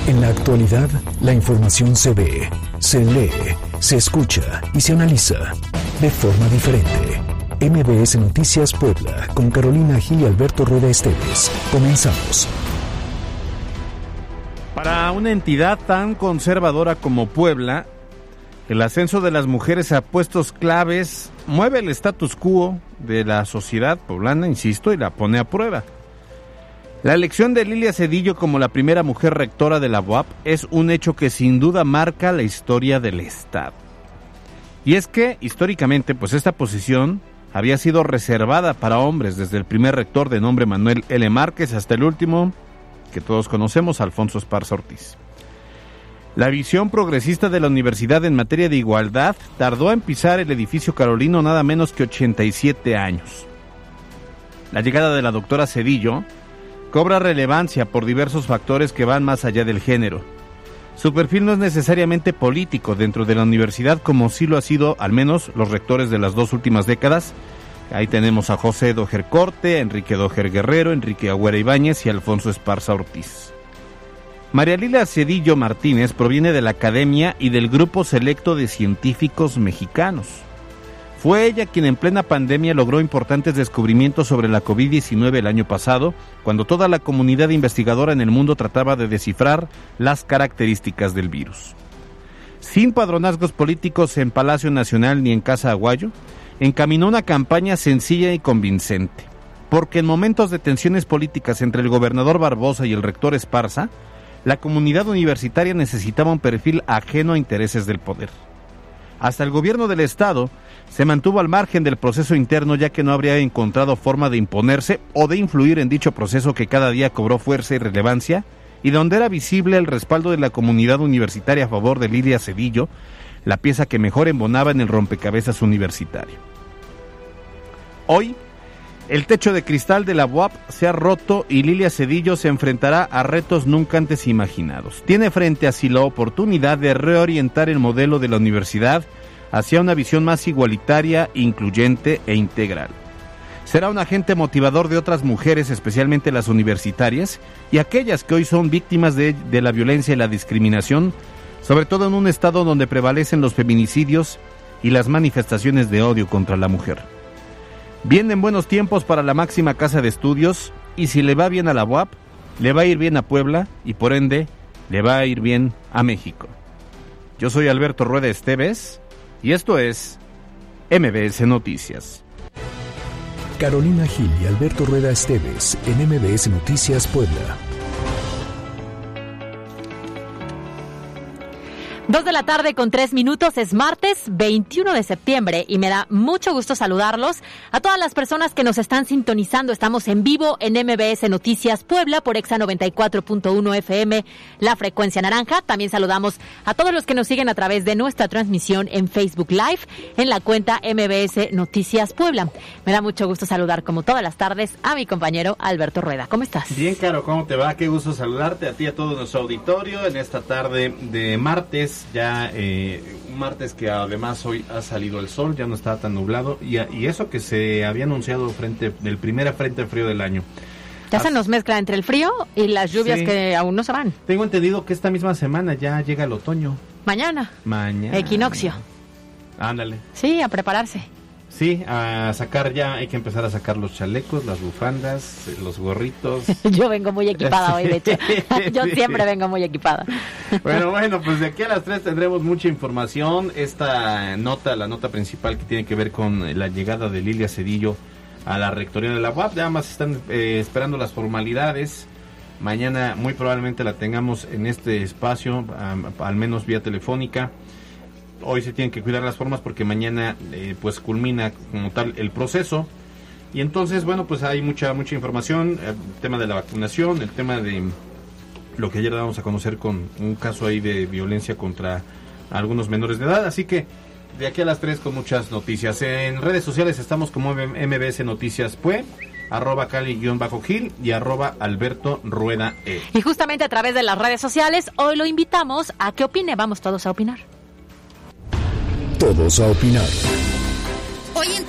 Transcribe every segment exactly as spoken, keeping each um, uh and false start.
En la actualidad, la información se ve, se lee, se escucha y se analiza de forma diferente. M B S Noticias Puebla, con Carolina Gil y Alberto Rueda Esteves. Comenzamos. Para una entidad tan conservadora como Puebla, el ascenso de las mujeres a puestos claves mueve el status quo de la sociedad poblana, insisto, y la pone a prueba. La elección de Lilia Cedillo como la primera mujer rectora de la U A P es un hecho que sin duda marca la historia del Estado. Y es que, históricamente, pues esta posición había sido reservada para hombres, desde el primer rector de nombre Manuel L. Márquez hasta el último, que todos conocemos, Alfonso Esparza Ortiz. La visión progresista de la universidad en materia de igualdad tardó en pisar el edificio carolino nada menos que ochenta y siete años. La llegada de la doctora Cedillo cobra relevancia por diversos factores que van más allá del género. Su perfil no es necesariamente político dentro de la universidad, como sí lo ha sido al menos los rectores de las dos últimas décadas. Ahí tenemos a José Dojer Corte, a Enrique Dojer Guerrero, Enrique Agüera Ibáñez y Alfonso Esparza Ortiz. María Lilia Cedillo Martínez proviene de la academia y del grupo selecto de científicos mexicanos. Fue ella quien en plena pandemia logró importantes descubrimientos sobre la covid diecinueve el año pasado, cuando toda la comunidad investigadora en el mundo trataba de descifrar las características del virus. Sin padronazgos políticos en Palacio Nacional ni en Casa Aguayo, encaminó una campaña sencilla y convincente, porque en momentos de tensiones políticas entre el gobernador Barbosa y el rector Esparza, la comunidad universitaria necesitaba un perfil ajeno a intereses del poder. Hasta el gobierno del Estado se mantuvo al margen del proceso interno, ya que no habría encontrado forma de imponerse o de influir en dicho proceso que cada día cobró fuerza y relevancia, y donde era visible el respaldo de la comunidad universitaria a favor de Lilia Cedillo, la pieza que mejor embonaba en el rompecabezas universitario. Hoy, el techo de cristal de la U A P se ha roto y Lilia Cedillo se enfrentará a retos nunca antes imaginados. Tiene frente a sí la oportunidad de reorientar el modelo de la universidad hacia una visión más igualitaria, incluyente e integral. Será un agente motivador de otras mujeres, especialmente las universitarias, y aquellas que hoy son víctimas de, de la violencia y la discriminación, sobre todo en un estado donde prevalecen los feminicidios y las manifestaciones de odio contra la mujer. Vienen buenos tiempos para la máxima casa de estudios, y si le va bien a la U A P, le va a ir bien a Puebla, y por ende, le va a ir bien a México. Yo soy Alberto Rueda Esteves, y esto es M B S Noticias. Carolina Gil y Alberto Rueda Esteves en M B S Noticias Puebla. Dos de la tarde con tres minutos, es martes veintiuno de septiembre y me da mucho gusto saludarlos a todas las personas que nos están sintonizando. Estamos en vivo en M B S Noticias Puebla por Exa noventa y cuatro punto uno F M, la frecuencia naranja. También saludamos a todos los que nos siguen a través de nuestra transmisión en Facebook Live en la cuenta M B S Noticias Puebla. Me da mucho gusto saludar como todas las tardes a mi compañero Alberto Rueda. ¿Cómo estás? Bien, Caro, ¿cómo te va? Qué gusto saludarte a ti y a todo nuestro auditorio en esta tarde de martes. Ya eh, un martes que además hoy ha salido el sol, ya no está tan nublado, y, y eso que se había anunciado frente del primer frente frío del año. Ya As... se nos mezcla entre el frío y las lluvias sí, que aún no se van. Tengo entendido que esta misma semana ya llega el otoño. Mañana. Mañana. Equinoccio. Ándale. Sí, a prepararse. Sí, a sacar ya, hay que empezar a sacar los chalecos, las bufandas, los gorritos. Yo vengo muy equipada hoy, de hecho. Yo siempre vengo muy equipada. Bueno, bueno, pues de aquí a las tres tendremos mucha información. Esta nota, la nota principal que tiene que ver con la llegada de Lilia Cedillo a la rectoría de la U A P. Además están eh, esperando las formalidades. Mañana muy probablemente la tengamos en este espacio, um, al menos vía telefónica. Hoy se tienen que cuidar las formas porque mañana eh, pues culmina como tal el proceso, y entonces bueno, pues hay mucha mucha información, el tema de la vacunación, el tema de lo que ayer damos a conocer con un caso ahí de violencia contra algunos menores de edad, así que de aquí a las tres con muchas noticias. En redes sociales estamos como M B S Noticias Pue, arroba Cali-Gil y arroba Alberto Rueda E. Y justamente a través de las redes sociales hoy lo invitamos a que opine, vamos todos a opinar. Todos a opinar. Hoy en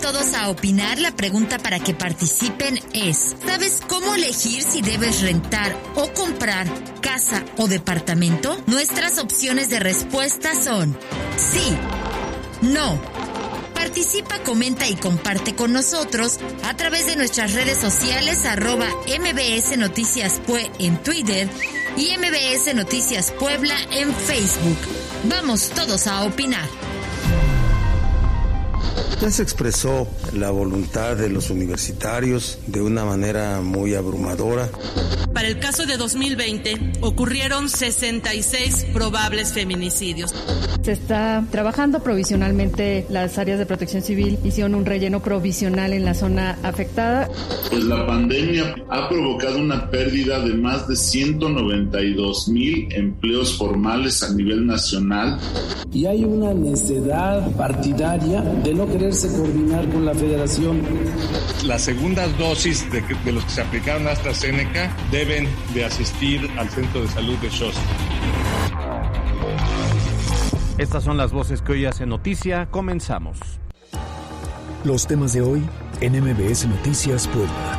todos a opinar. La pregunta para que participen es: ¿sabes cómo elegir si debes rentar o comprar casa o departamento? Nuestras opciones de respuesta son sí, no. Participa, comenta y comparte con nosotros a través de nuestras redes sociales, arroba M B S Noticias Pue en Twitter y M B S Noticias Puebla en Facebook. Vamos todos a opinar. Ya se expresó la voluntad de los universitarios de una manera muy abrumadora. Para el caso de dos mil veinte ocurrieron sesenta y seis probables feminicidios. Se está trabajando provisionalmente. Las áreas de protección civil hicieron un relleno provisional en la zona afectada. Pues la pandemia ha provocado una pérdida de más de ciento noventa y dos mil empleos formales a nivel nacional. Y hay una necedad partidaria de no quererse coordinar con la federación. Las segundas dosis de, de los que se aplicaron a AstraZeneca deben de asistir al centro de salud de Xochitl. Estas son las voces que hoy hacen noticia. Comenzamos. Los temas de hoy en M B S Noticias Puebla.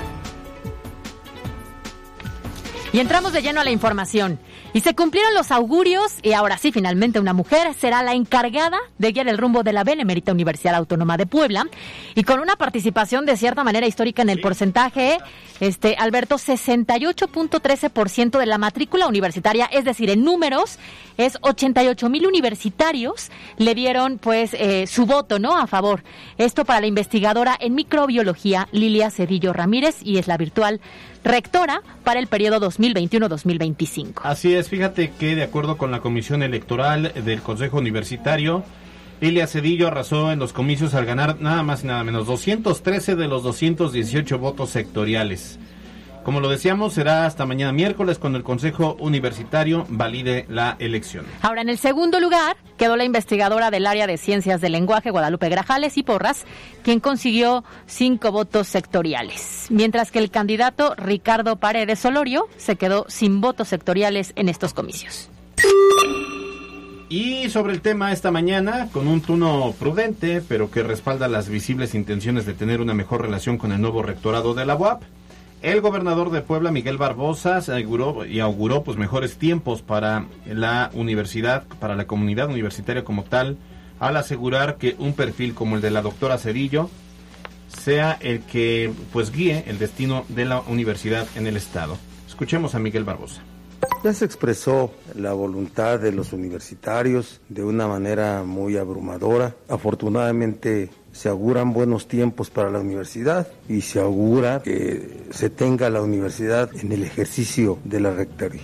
Y entramos de lleno a la información. Y se cumplieron los augurios y ahora sí, finalmente una mujer será la encargada de guiar el rumbo de la Benemérita Universidad Autónoma de Puebla. Y con una participación de cierta manera histórica en el porcentaje, este Alberto, sesenta y ocho punto trece por ciento de la matrícula universitaria, es decir, en números, es ochenta y ocho mil universitarios le dieron pues eh, su voto, ¿no?, a favor. Esto para la investigadora en microbiología Lilia Cedillo Ramírez, y es la virtual rectora para el periodo dos mil veintiuno dos mil veinticinco. Así es, fíjate que de acuerdo con la Comisión Electoral del Consejo Universitario, Lilia Cedillo arrasó en los comicios al ganar nada más y nada menos doscientos trece de los doscientos dieciocho votos sectoriales. Como lo decíamos, será hasta mañana miércoles cuando el Consejo Universitario valide la elección. Ahora, en el segundo lugar quedó la investigadora del área de Ciencias del Lenguaje, Guadalupe Grajales y Porras, quien consiguió cinco votos sectoriales. Mientras que el candidato Ricardo Paredes Solorio se quedó sin votos sectoriales en estos comicios. Y sobre el tema esta mañana, con un tono prudente, pero que respalda las visibles intenciones de tener una mejor relación con el nuevo rectorado de la U A P, el gobernador de Puebla, Miguel Barbosa, auguró y auguró pues mejores tiempos para la universidad, para la comunidad universitaria como tal, al asegurar que un perfil como el de la doctora Cedillo sea el que pues guíe el destino de la universidad en el estado. Escuchemos a Miguel Barbosa. Ya se expresó la voluntad de los universitarios de una manera muy abrumadora. Afortunadamente se auguran buenos tiempos para la universidad y se augura que se tenga la universidad en el ejercicio de la rectoría.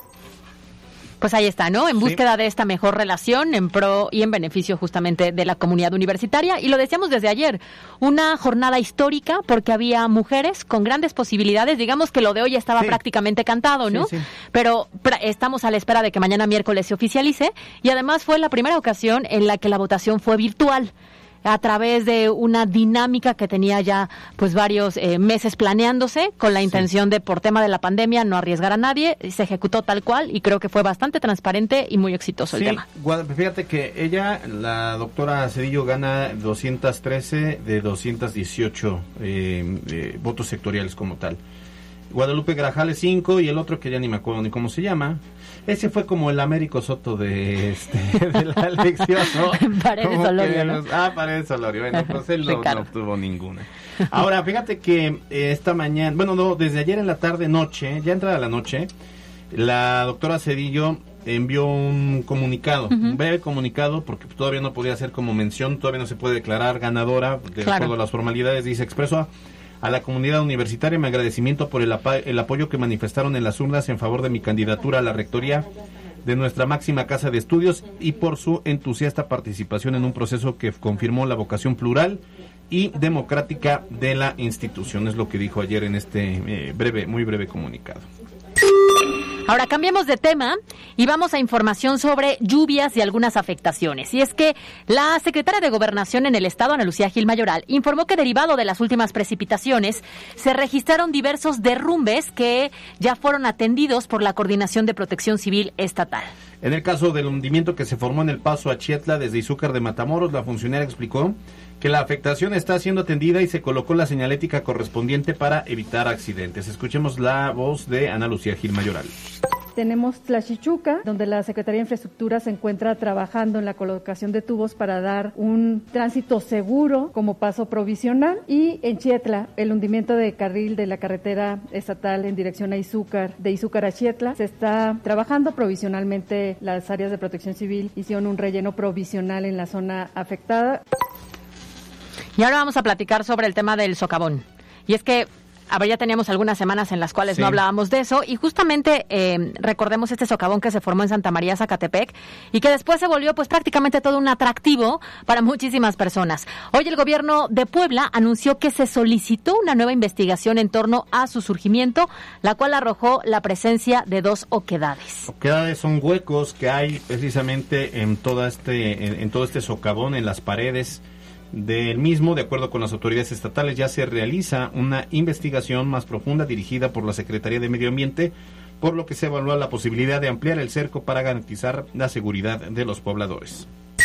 Pues ahí está, ¿no? En búsqueda sí. de esta mejor relación en pro y en beneficio justamente de la comunidad universitaria. Y lo decíamos desde ayer, una jornada histórica porque había mujeres con grandes posibilidades. Digamos que lo de hoy estaba sí. prácticamente cantado, ¿no? Sí, sí. Pero pra- estamos a la espera de que mañana miércoles se oficialice. Y además fue la primera ocasión en la que la votación fue virtual, a través de una dinámica que tenía ya pues varios eh, meses planeándose, con la intención sí. de, por tema de la pandemia, no arriesgar a nadie. Se ejecutó tal cual y creo que fue bastante transparente y muy exitoso sí, el tema. Fíjate que ella, la doctora Cedillo, gana doscientos trece de doscientos dieciocho eh, eh, votos sectoriales como tal. Guadalupe Grajales cinco y el otro que ya ni me acuerdo ni cómo se llama. Ese fue como el Américo Soto de este de la elección, ¿no? Paredes Solorio, ¿no? Ah, Paredes Solorio. Bueno, pues él no, no obtuvo ninguna. Ahora, fíjate que eh, esta mañana, bueno, no, desde ayer en la tarde, noche, ya entrada la noche, la doctora Cedillo envió un comunicado, uh-huh. un breve comunicado, porque todavía no podía hacer como mención, todavía no se puede declarar ganadora de claro. acuerdo a las formalidades. Dice: expreso a A la comunidad universitaria mi agradecimiento por el, apa- el apoyo que manifestaron en las urnas en favor de mi candidatura a la rectoría de nuestra máxima casa de estudios y por su entusiasta participación en un proceso que confirmó la vocación plural y democrática de la institución. Es lo que dijo ayer en este eh, breve, muy breve comunicado. Ahora cambiamos de tema y vamos a información sobre lluvias y algunas afectaciones. Y es que la secretaria de Gobernación en el estado, Ana Lucía Gil Mayoral, informó que derivado de las últimas precipitaciones se registraron diversos derrumbes que ya fueron atendidos por la Coordinación de Protección Civil Estatal. En el caso del hundimiento que se formó en el paso a Chietla desde Izúcar de Matamoros, la funcionaria explicó que la afectación está siendo atendida y se colocó la señalética correspondiente para evitar accidentes. Escuchemos la voz de Ana Lucía Gil Mayoral. Tenemos Tlaxichuca, donde la Secretaría de Infraestructura se encuentra trabajando en la colocación de tubos para dar un tránsito seguro como paso provisional. Y en Xietla, el hundimiento de carril de la carretera estatal en dirección a Izúcar, de Izúcar a Xietla, se está trabajando provisionalmente. Las áreas de protección civil hicieron un relleno provisional en la zona afectada. Y ahora vamos a platicar sobre el tema del socavón. Y es que A ver, ya teníamos algunas semanas en las cuales sí. no hablábamos de eso y justamente eh, recordemos este socavón que se formó en Santa María, Zacatepec y que después se volvió pues prácticamente todo un atractivo para muchísimas personas. Hoy el gobierno de Puebla anunció que se solicitó una nueva investigación en torno a su surgimiento, la cual arrojó la presencia de dos oquedades. Oquedades son huecos que hay precisamente en, toda este, en, en todo este socavón, en las paredes del mismo. De acuerdo con las autoridades estatales, ya se realiza una investigación más profunda dirigida por la Secretaría de Medio Ambiente, por lo que se evalúa la posibilidad de ampliar el cerco para garantizar la seguridad de los pobladores.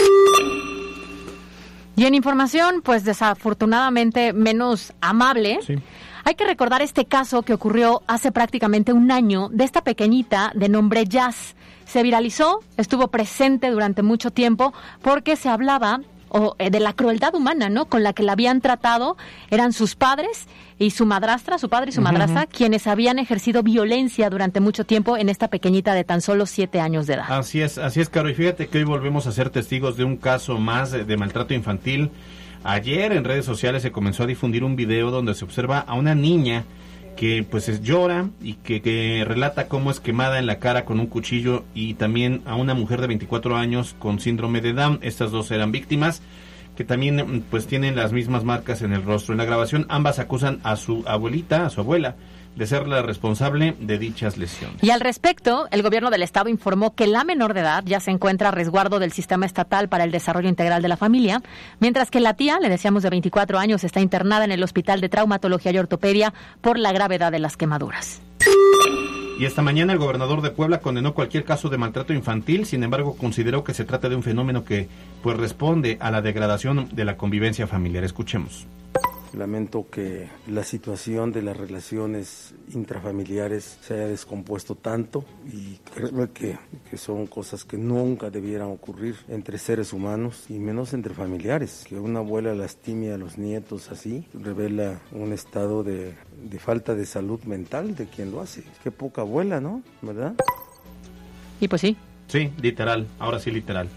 Y en información, pues desafortunadamente menos amable, sí. hay que recordar este caso que ocurrió hace prácticamente un año de esta pequeñita de nombre Jazz. Se viralizó, estuvo presente durante mucho tiempo porque se hablaba o de la crueldad humana, ¿no? Con la que la habían tratado, eran sus padres y su madrastra, su padre y su uh-huh. madrastra, quienes habían ejercido violencia durante mucho tiempo en esta pequeñita de tan solo siete años de edad. Así es, así es, Caro, y fíjate que hoy volvemos a ser testigos de un caso más de, de maltrato infantil. Ayer en redes sociales se comenzó a difundir un video donde se observa a una niña que pues es, llora y que, que relata cómo es quemada en la cara con un cuchillo, y también a una mujer de veinticuatro años con síndrome de Down. Estas dos eran víctimas que también pues tienen las mismas marcas en el rostro. En la grabación ambas acusan a su abuelita, a su abuela, de ser la responsable de dichas lesiones. Y al respecto, el gobierno del estado informó que la menor de edad ya se encuentra a resguardo del Sistema Estatal para el Desarrollo Integral de la Familia, mientras que la tía, le decíamos de veinticuatro años, está internada en el Hospital de Traumatología y Ortopedia por la gravedad de las quemaduras. Y esta mañana el gobernador de Puebla condenó cualquier caso de maltrato infantil. Sin embargo, consideró que se trata de un fenómeno que pues responde a la degradación de la convivencia familiar. Escuchemos. Lamento que la situación de las relaciones intrafamiliares se haya descompuesto tanto, y creo que, que son cosas que nunca debieran ocurrir entre seres humanos y menos entre familiares. Que una abuela lastime a los nietos así revela un estado de, de falta de salud mental de quien lo hace. Qué poca abuela, ¿no? ¿Verdad? Y pues sí. Sí, literal, ahora sí literal.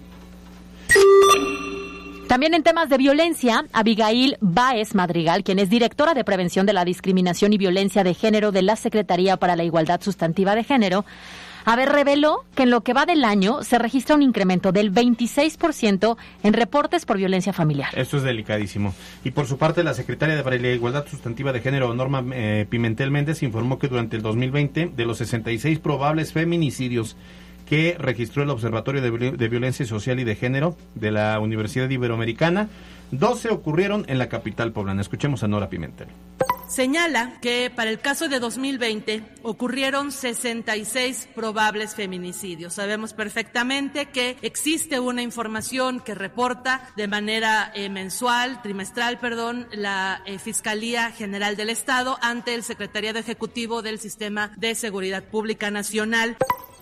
También en temas de violencia, Abigail Báez Madrigal, quien es directora de Prevención de la Discriminación y Violencia de Género de la Secretaría para la Igualdad Sustantiva de Género, a ver, reveló que en lo que va del año se registra un incremento del veintiséis por ciento en reportes por violencia familiar. Esto es delicadísimo. Y por su parte, la secretaria de la Igualdad Sustantiva de Género, Norma eh, Pimentel Méndez, informó que durante el dos mil veinte, de los sesenta y seis probables feminicidios que registró el Observatorio de, de Violencia Social y de Género de la Universidad Iberoamericana, doce ocurrieron en la capital poblana. Escuchemos a Nora Pimentel. Señala que para el caso de dos mil veinte ocurrieron sesenta y seis probables feminicidios. Sabemos perfectamente que existe una información que reporta de manera eh, mensual, trimestral, perdón, la eh, Fiscalía General del Estado ante el Secretariado Ejecutivo del Sistema de Seguridad Pública Nacional.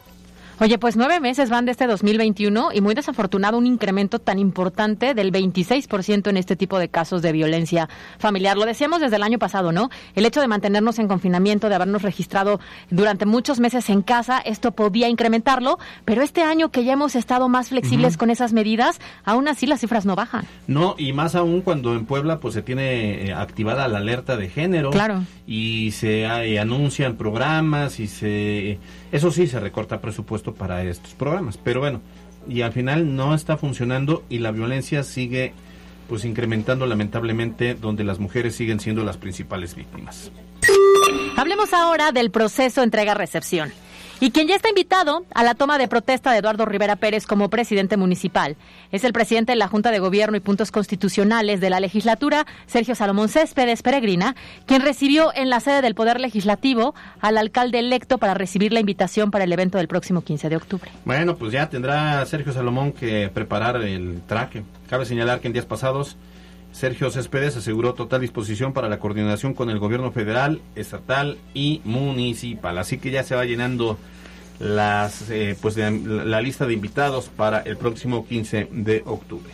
Oye, pues nueve meses van de este dos mil veintiuno y muy desafortunado un incremento tan importante del veintiséis por ciento en este tipo de casos de violencia familiar. Lo decíamos desde el año pasado, ¿no? El hecho de mantenernos en confinamiento, de habernos registrado durante muchos meses en casa, esto podía incrementarlo, pero este año que ya hemos estado más flexibles uh-huh. con esas medidas, aún así las cifras no bajan. No, y más aún cuando en Puebla pues se tiene eh, activada la alerta de género. Claro. Y se eh, anuncian programas y se... Eso sí, se recorta presupuesto para estos programas, pero bueno, y al final no está funcionando y la violencia sigue pues incrementando lamentablemente, donde las mujeres siguen siendo las principales víctimas. Hablemos ahora del proceso entrega-recepción. Y quien ya está invitado a la toma de protesta de Eduardo Rivera Pérez como presidente municipal es el presidente de la Junta de Gobierno y Puntos Constitucionales de la legislatura, Sergio Salomón Céspedes Peregrina, quien recibió en la sede del Poder Legislativo al alcalde electo para recibir la invitación para el evento del próximo quince de octubre. Bueno, pues ya tendrá Sergio Salomón que preparar el traje. Cabe señalar que en días pasados Sergio Céspedes aseguró total disposición para la coordinación con el gobierno federal, estatal y municipal. Así que ya se va llenando las eh, pues de, la lista de invitados para el próximo quince de octubre.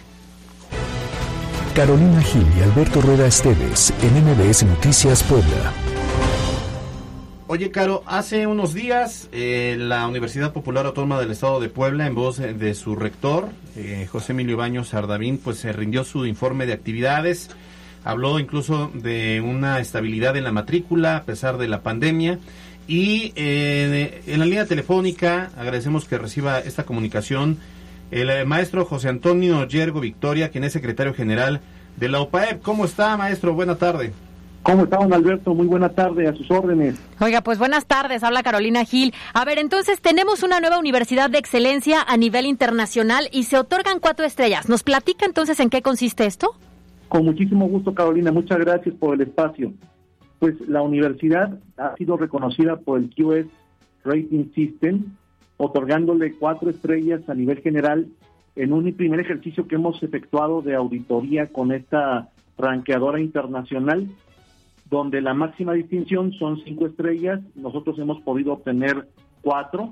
Carolina Gil y Alberto Rueda Esteves en M B S Noticias Puebla. Oye, Caro, hace unos días eh, la Universidad Popular Autónoma del Estado de Puebla, en voz de su rector, eh, José Emilio Baños Sardavín, pues se rindió su informe de actividades, habló incluso de una estabilidad en la matrícula a pesar de la pandemia, y eh, en la línea telefónica agradecemos que reciba esta comunicación el eh, maestro José Antonio Yergo Victoria, quien es secretario general de la UPAEP. ¿Cómo está, maestro? Buena tarde. ¿Cómo está, don Alberto? Muy buena tarde, a sus órdenes. Oiga, pues buenas tardes, habla Carolina Gil. A ver, entonces tenemos una nueva universidad de excelencia a nivel internacional y se otorgan cuatro estrellas. ¿Nos platica entonces en qué consiste esto? Con muchísimo gusto, Carolina, muchas gracias por el espacio. Pues la universidad ha sido reconocida por el Q S Rating System, otorgándole cuatro estrellas a nivel general en un primer ejercicio que hemos efectuado de auditoría con esta ranqueadora internacional, donde la máxima distinción son cinco estrellas. Nosotros hemos podido obtener cuatro,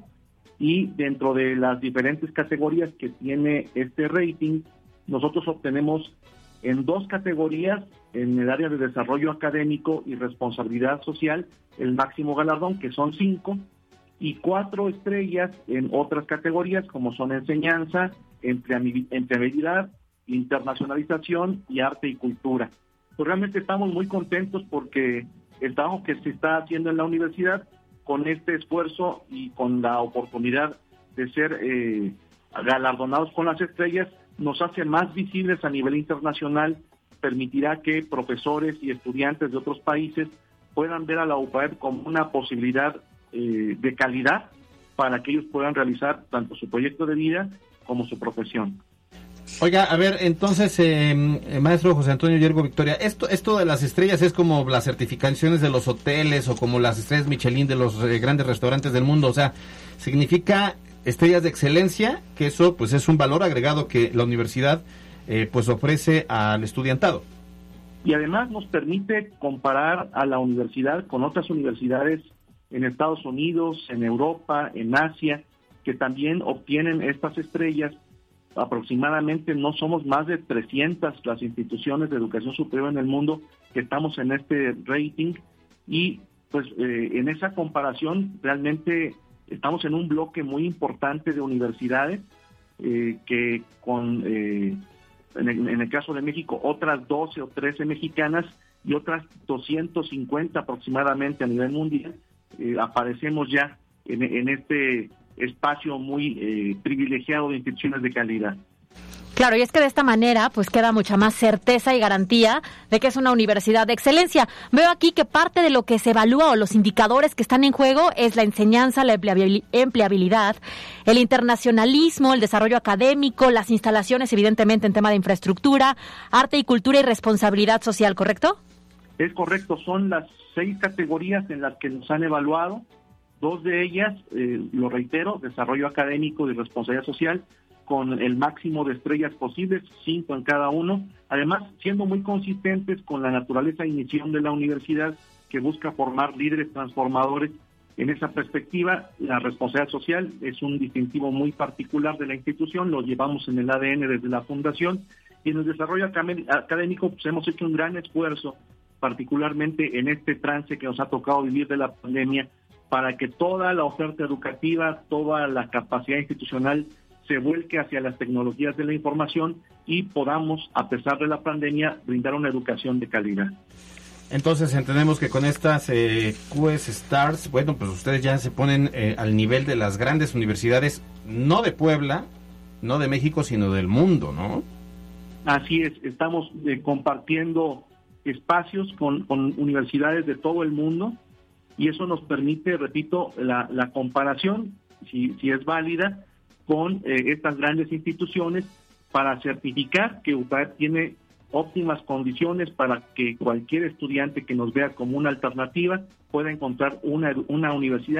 y dentro de las diferentes categorías que tiene este rating, nosotros obtenemos en dos categorías, en el área de desarrollo académico y responsabilidad social, el máximo galardón, que son cinco, y cuatro estrellas en otras categorías, como son enseñanza, empleabilidad, internacionalización y arte y cultura. Pues realmente estamos muy contentos porque el trabajo que se está haciendo en la universidad, con este esfuerzo y con la oportunidad de ser eh, galardonados con las estrellas, nos hace más visibles a nivel internacional, permitirá que profesores y estudiantes de otros países puedan ver a la UPAEP como una posibilidad eh, de calidad para que ellos puedan realizar tanto su proyecto de vida como su profesión. Oiga, a ver, entonces, eh, maestro José Antonio Yergo Victoria, esto esto de las estrellas es como las certificaciones de los hoteles o como las estrellas Michelin de los eh, grandes restaurantes del mundo, o sea, significa estrellas de excelencia, que eso pues es un valor agregado que la universidad eh, pues ofrece al estudiantado. Y además nos permite comparar a la universidad con otras universidades en Estados Unidos, en Europa, en Asia, que también obtienen estas estrellas. Aproximadamente no somos más de trescientas las instituciones de educación superior en el mundo que estamos en este rating, y pues eh, en esa comparación realmente estamos en un bloque muy importante de universidades eh, que con eh, en, el, en el caso de México otras doce o trece mexicanas y otras doscientos cincuenta aproximadamente a nivel mundial, eh, aparecemos ya en, en este espacio muy eh, privilegiado de instituciones de calidad. Claro, y es que de esta manera pues queda mucha más certeza y garantía de que es una universidad de excelencia. Veo aquí que parte de lo que se evalúa o los indicadores que están en juego es la enseñanza, la empleabilidad, el internacionalismo, el desarrollo académico, las instalaciones evidentemente en tema de infraestructura, arte y cultura y responsabilidad social, ¿correcto? Es correcto, son las seis categorías en las que nos han evaluado. Dos de ellas, eh, lo reitero, desarrollo académico y responsabilidad social, con el máximo de estrellas posibles, cinco en cada uno. Además, siendo muy consistentes con la naturaleza y misión de la universidad, que busca formar líderes transformadores. En esa perspectiva, la responsabilidad social es un distintivo muy particular de la institución, lo llevamos en el A D N desde la fundación, y en el desarrollo académico pues hemos hecho un gran esfuerzo, particularmente en este trance que nos ha tocado vivir de la pandemia, para que toda la oferta educativa, toda la capacidad institucional se vuelque hacia las tecnologías de la información y podamos, a pesar de la pandemia, brindar una educación de calidad. Entonces entendemos que con estas eh, Q S Stars, bueno, pues ustedes ya se ponen eh, al nivel de las grandes universidades, no de Puebla, no de México, sino del mundo, ¿no? Así es, estamos eh, compartiendo espacios con, con universidades de todo el mundo, y eso nos permite, repito, la, la comparación, si, si es válida, con eh, estas grandes instituciones para certificar que UPAEP tiene óptimas condiciones para que cualquier estudiante que nos vea como una alternativa pueda encontrar una, una universidad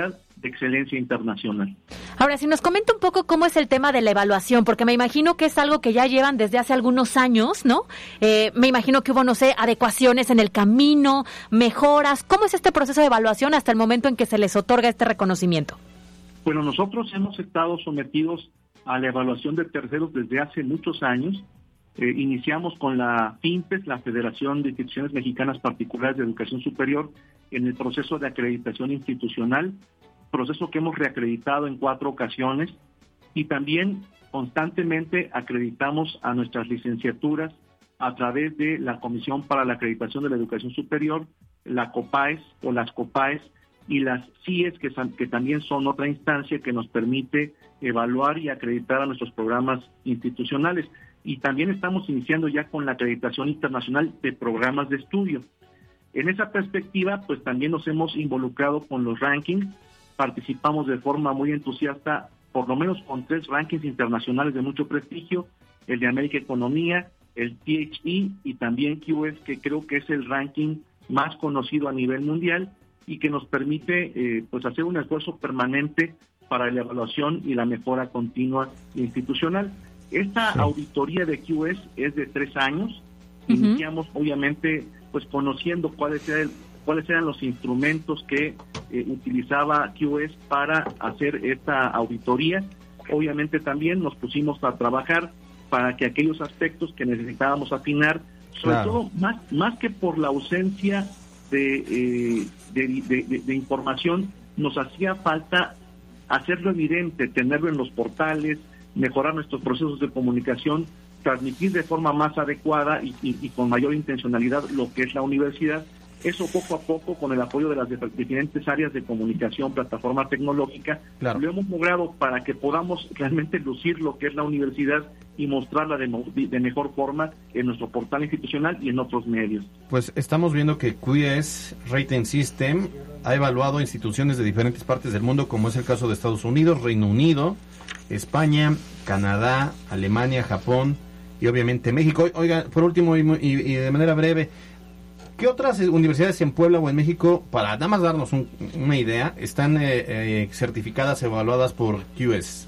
excelencia internacional. Ahora, si nos comenta un poco cómo es el tema de la evaluación, porque me imagino que es algo que ya llevan desde hace algunos años, ¿no? Eh, me imagino que hubo, no sé, adecuaciones en el camino, mejoras. ¿Cómo es este proceso de evaluación hasta el momento en que se les otorga este reconocimiento? Bueno, nosotros hemos estado sometidos a la evaluación de terceros desde hace muchos años. Eh, iniciamos con la FINPES, la Federación de Instituciones Mexicanas Particulares de Educación Superior, en el proceso de acreditación institucional, proceso que hemos reacreditado en cuatro ocasiones, y también constantemente acreditamos a nuestras licenciaturas a través de la Comisión para la Acreditación de la Educación Superior, la COPAES o las COPAES, y las C I E S, que, son, que también son otra instancia que nos permite evaluar y acreditar a nuestros programas institucionales. Y también estamos iniciando ya con la acreditación internacional de programas de estudio. En esa perspectiva, pues también nos hemos involucrado con los rankings, participamos de forma muy entusiasta, por lo menos con tres rankings internacionales de mucho prestigio, el de América Economía, el T H E y también Q S, que creo que es el ranking más conocido a nivel mundial y que nos permite eh, pues hacer un esfuerzo permanente para la evaluación y la mejora continua institucional. Esta sí. auditoría de Q S es de tres años. Uh-huh. Iniciamos, obviamente, pues conociendo cuáles eran, cuáles eran los instrumentos que eh, utilizaba Q S para hacer esta auditoría. Obviamente también nos pusimos a trabajar para que aquellos aspectos que necesitábamos afinar, sobre claro. todo más, más que por la ausencia de, eh, de, de, de, de información, nos hacía falta hacerlo evidente, tenerlo en los portales, mejorar nuestros procesos de comunicación, transmitir de forma más adecuada y, y, y con mayor intencionalidad lo que es la universidad. Eso poco a poco, con el apoyo de las diferentes áreas de comunicación, plataforma tecnológica, claro. lo hemos logrado para que podamos realmente lucir lo que es la universidad y mostrarla de, de mejor forma en nuestro portal institucional y en otros medios. Pues estamos viendo que Q S Rating System ha evaluado instituciones de diferentes partes del mundo, como es el caso de Estados Unidos, Reino Unido, España, Canadá, Alemania, Japón y obviamente México. Oiga, por último y, y, y de manera breve, ¿qué otras universidades en Puebla o en México, para nada más darnos un, una idea, están eh, eh, certificadas, evaluadas por Q S?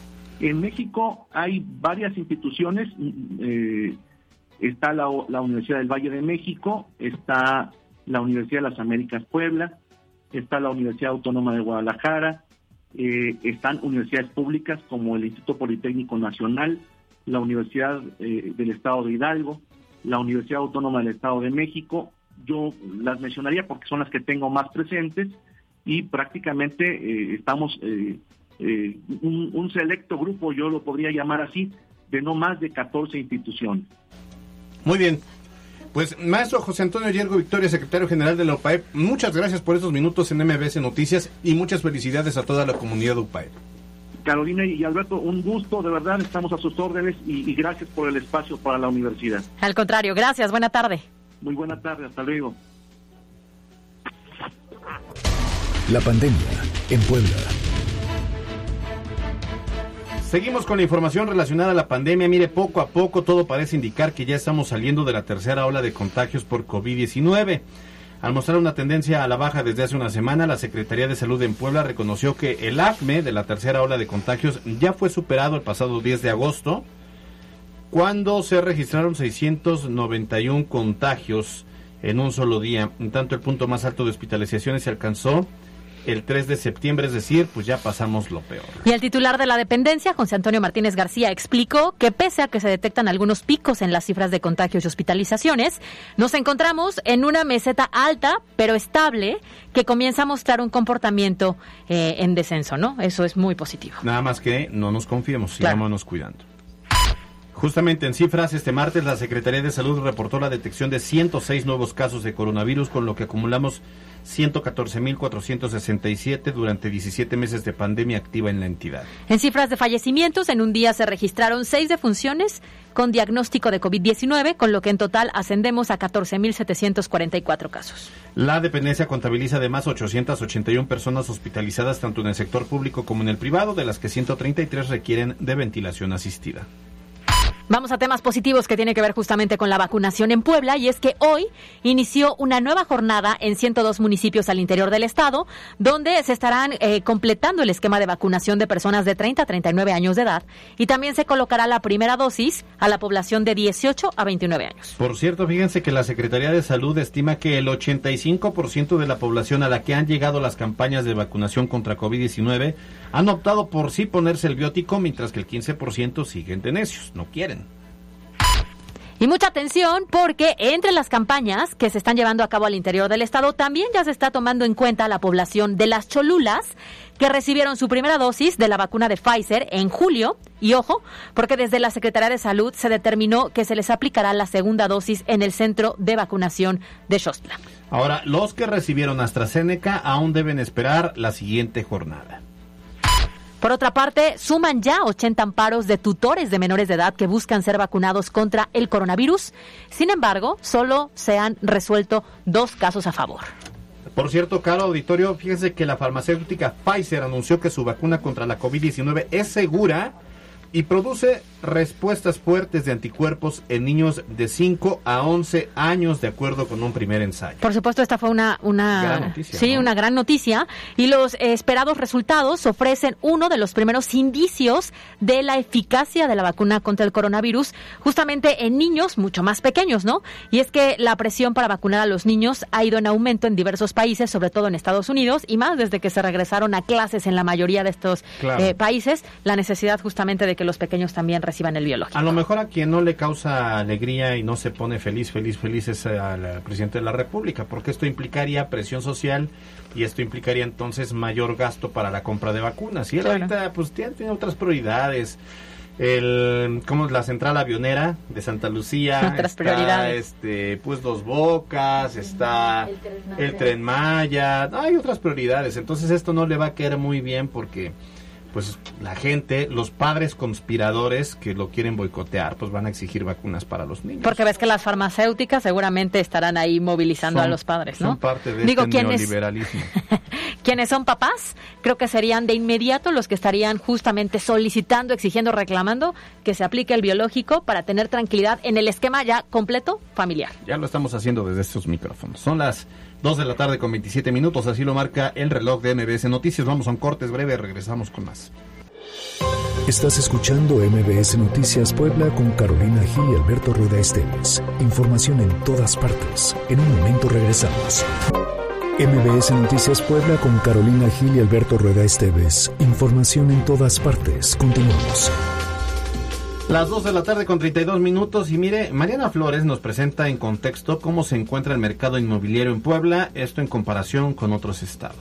En México hay varias instituciones. Eh, está la, la Universidad del Valle de México, está la Universidad de las Américas Puebla, está la Universidad Autónoma de Guadalajara, eh, están universidades públicas como el Instituto Politécnico Nacional, la Universidad eh, del Estado de Hidalgo, la Universidad Autónoma del Estado de México. Yo las mencionaría porque son las que tengo más presentes y prácticamente eh, estamos eh, eh, un, un selecto grupo, yo lo podría llamar así, de no más de catorce instituciones. Muy bien. Pues, maestro José Antonio Yergo Victoria, secretario general de la U P A E P, muchas gracias por estos minutos en M B S Noticias y muchas felicidades a toda la comunidad de U P A E P. Carolina y Alberto, un gusto, de verdad, estamos a sus órdenes y, y gracias por el espacio para la universidad. Al contrario, gracias, buena tarde. Muy buena tarde, hasta luego. La pandemia en Puebla. Seguimos con la información relacionada a la pandemia. Mire, poco a poco todo parece indicar que ya estamos saliendo de la tercera ola de contagios por COVID diecinueve. Al mostrar una tendencia a la baja desde hace una semana, la Secretaría de Salud en Puebla reconoció que el acme de la tercera ola de contagios ya fue superado el pasado diez de agosto, cuando se registraron seiscientos noventa y uno contagios en un solo día. En tanto, el punto más alto de hospitalizaciones se alcanzó el tres de septiembre, es decir, pues ya pasamos lo peor. Y el titular de la dependencia, José Antonio Martínez García, explicó que pese a que se detectan algunos picos en las cifras de contagios y hospitalizaciones, nos encontramos en una meseta alta, pero estable, que comienza a mostrar un comportamiento eh, en descenso, ¿no? Eso es muy positivo. Nada más que no nos confiemos, claro. Sigámonos cuidando. Justamente en cifras, este martes la Secretaría de Salud reportó la detección de ciento seis nuevos casos de coronavirus, con lo que acumulamos ciento catorce mil cuatrocientos sesenta y siete durante diecisiete meses de pandemia activa en la entidad. En cifras de fallecimientos, en un día se registraron seis defunciones con diagnóstico de COVID diecinueve, con lo que en total ascendemos a catorce mil setecientos cuarenta y cuatro casos. La dependencia contabiliza además ochocientas ochenta y una personas hospitalizadas tanto en el sector público como en el privado, de las que ciento treinta y tres requieren de ventilación asistida. Vamos a temas positivos que tienen que ver justamente con la vacunación en Puebla, y es que hoy inició una nueva jornada en ciento dos municipios al interior del estado, donde se estarán eh, completando el esquema de vacunación de personas de treinta a treinta y nueve años de edad, y también se colocará la primera dosis a la población de dieciocho a veintinueve años. Por cierto, fíjense que la Secretaría de Salud estima que el ochenta y cinco por ciento de la población a la que han llegado las campañas de vacunación contra COVID diecinueve han optado por sí ponerse el biótico, mientras que el quince por ciento siguen de necios, no quieren. Y mucha atención, porque entre las campañas que se están llevando a cabo al interior del estado también ya se está tomando en cuenta la población de las Cholulas, que recibieron su primera dosis de la vacuna de Pfizer en julio. Y ojo, porque desde la Secretaría de Salud se determinó que se les aplicará la segunda dosis en el centro de vacunación de Xostla. Ahora, los que recibieron AstraZeneca aún deben esperar la siguiente jornada. Por otra parte, suman ya ochenta amparos de tutores de menores de edad que buscan ser vacunados contra el coronavirus. Sin embargo, solo se han resuelto dos casos a favor. Por cierto, caro auditorio, fíjense que la farmacéutica Pfizer anunció que su vacuna contra la COVID diecinueve es segura y produce respuestas fuertes de anticuerpos en niños de cinco a once años, de acuerdo con un primer ensayo. Por supuesto, esta fue una una gran noticia, sí, ¿no? una gran noticia, y los eh, esperados resultados ofrecen uno de los primeros indicios de la eficacia de la vacuna contra el coronavirus, justamente en niños mucho más pequeños, ¿no? Y es que la presión para vacunar a los niños ha ido en aumento en diversos países, sobre todo en Estados Unidos, y más desde que se regresaron a clases en la mayoría de estos Claro. eh, países, la necesidad justamente de que los pequeños también reciban el biológico. A lo mejor a quien no le causa alegría y no se pone feliz, feliz, feliz es al presidente de la República, porque esto implicaría presión social y esto implicaría entonces mayor gasto para la compra de vacunas. Y él Claro. ahorita pues tiene, tiene otras prioridades. El, como la central avionera de Santa Lucía, Otras está, prioridades. este, pues Dos Bocas, está el Tren Maya, hay otras prioridades. Entonces esto no le va a caer muy bien porque pues la gente, los padres conspiradores que lo quieren boicotear, pues van a exigir vacunas para los niños. Porque ves que las farmacéuticas seguramente estarán ahí movilizando Son- a los padres, ¿no? Son parte de Digo, este ¿quiénes- neoliberalismo. Quienes son papás, creo que serían de inmediato los que estarían justamente solicitando, exigiendo, reclamando que se aplique el biológico para tener tranquilidad en el esquema ya completo familiar. Ya lo estamos haciendo desde estos micrófonos. Son las dos de la tarde con veintisiete minutos, así lo marca el reloj de M B S Noticias. Vamos a un corte breve, regresamos con más. Estás escuchando M B S Noticias Puebla con Carolina Gil y Alberto Rueda Esteves. Información en todas partes. En un momento regresamos. M B S Noticias Puebla con Carolina Gil y Alberto Rueda Esteves. Información en todas partes. Continuamos. Las dos de la tarde con treinta y dos minutos y mire, Mariana Flores nos presenta en contexto cómo se encuentra el mercado inmobiliario en Puebla, esto en comparación con otros estados.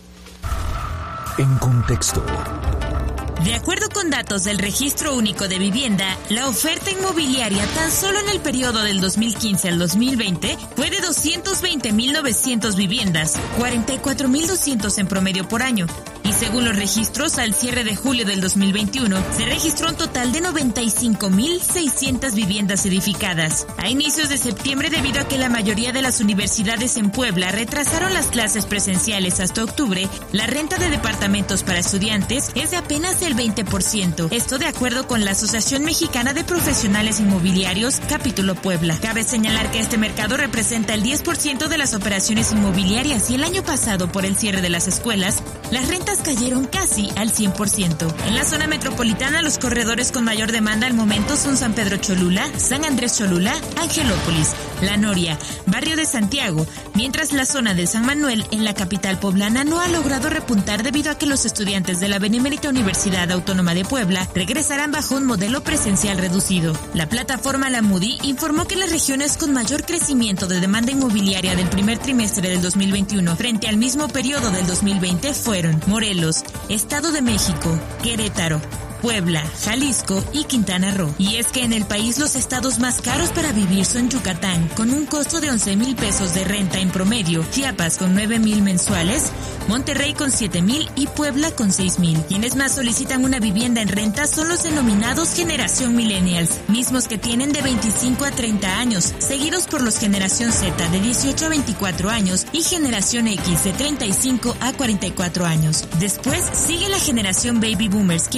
En contexto. De acuerdo con datos del Registro Único de Vivienda, la oferta inmobiliaria tan solo en el periodo del dos mil quince al dos mil veinte fue de doscientos veinte mil novecientas viviendas, cuarenta y cuatro mil doscientos en promedio por año. Y según los registros, al cierre de julio del dos mil veintiuno, se registró un total de noventa y cinco mil seiscientas viviendas edificadas. A inicios de septiembre, debido a que la mayoría de las universidades en Puebla retrasaron las clases presenciales hasta octubre, la renta de departamentos para estudiantes es de apenas el veinte por ciento. Esto de acuerdo con la Asociación Mexicana de Profesionales Inmobiliarios, Capítulo Puebla. Cabe señalar que este mercado representa el diez por ciento de las operaciones inmobiliarias y el año pasado, por el cierre de las escuelas, las rentas cayeron casi al cien por ciento. En la zona metropolitana, los corredores con mayor demanda al momento son San Pedro Cholula, San Andrés Cholula, Angelópolis, La Noria, Barrio de Santiago, mientras la zona de San Manuel en la capital poblana no ha logrado repuntar debido a que los estudiantes de la Benemérita Universidad Autónoma de Puebla regresarán bajo un modelo presencial reducido. La plataforma La Moody informó que las regiones con mayor crecimiento de demanda inmobiliaria del primer trimestre del dos mil veintiuno frente al mismo periodo del dos mil veinte fueron Morelos, Estado de México, Querétaro, Puebla, Jalisco y Quintana Roo. Y es que en el país los estados más caros para vivir son Yucatán, con un costo de once mil pesos de renta en promedio, Chiapas con nueve mil mensuales, Monterrey con siete mil y Puebla con seis mil. Quienes más solicitan una vivienda en renta son los denominados Generación Millennials, mismos que tienen de veinticinco a treinta años, seguidos por los Generación Z de dieciocho a veinticuatro años y Generación X de treinta y cinco a cuarenta y cuatro años. Después sigue la Generación Baby Boomers, quienes tienen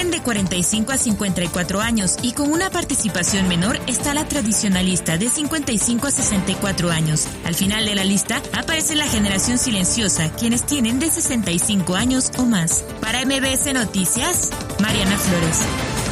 Tienen de cuarenta y cinco a cincuenta y cuatro años y con una participación menor está la tradicionalista de cincuenta y cinco a sesenta y cuatro años. Al final de la lista aparece la generación silenciosa, quienes tienen de sesenta y cinco años o más. Para M B S Noticias, Mariana Flores.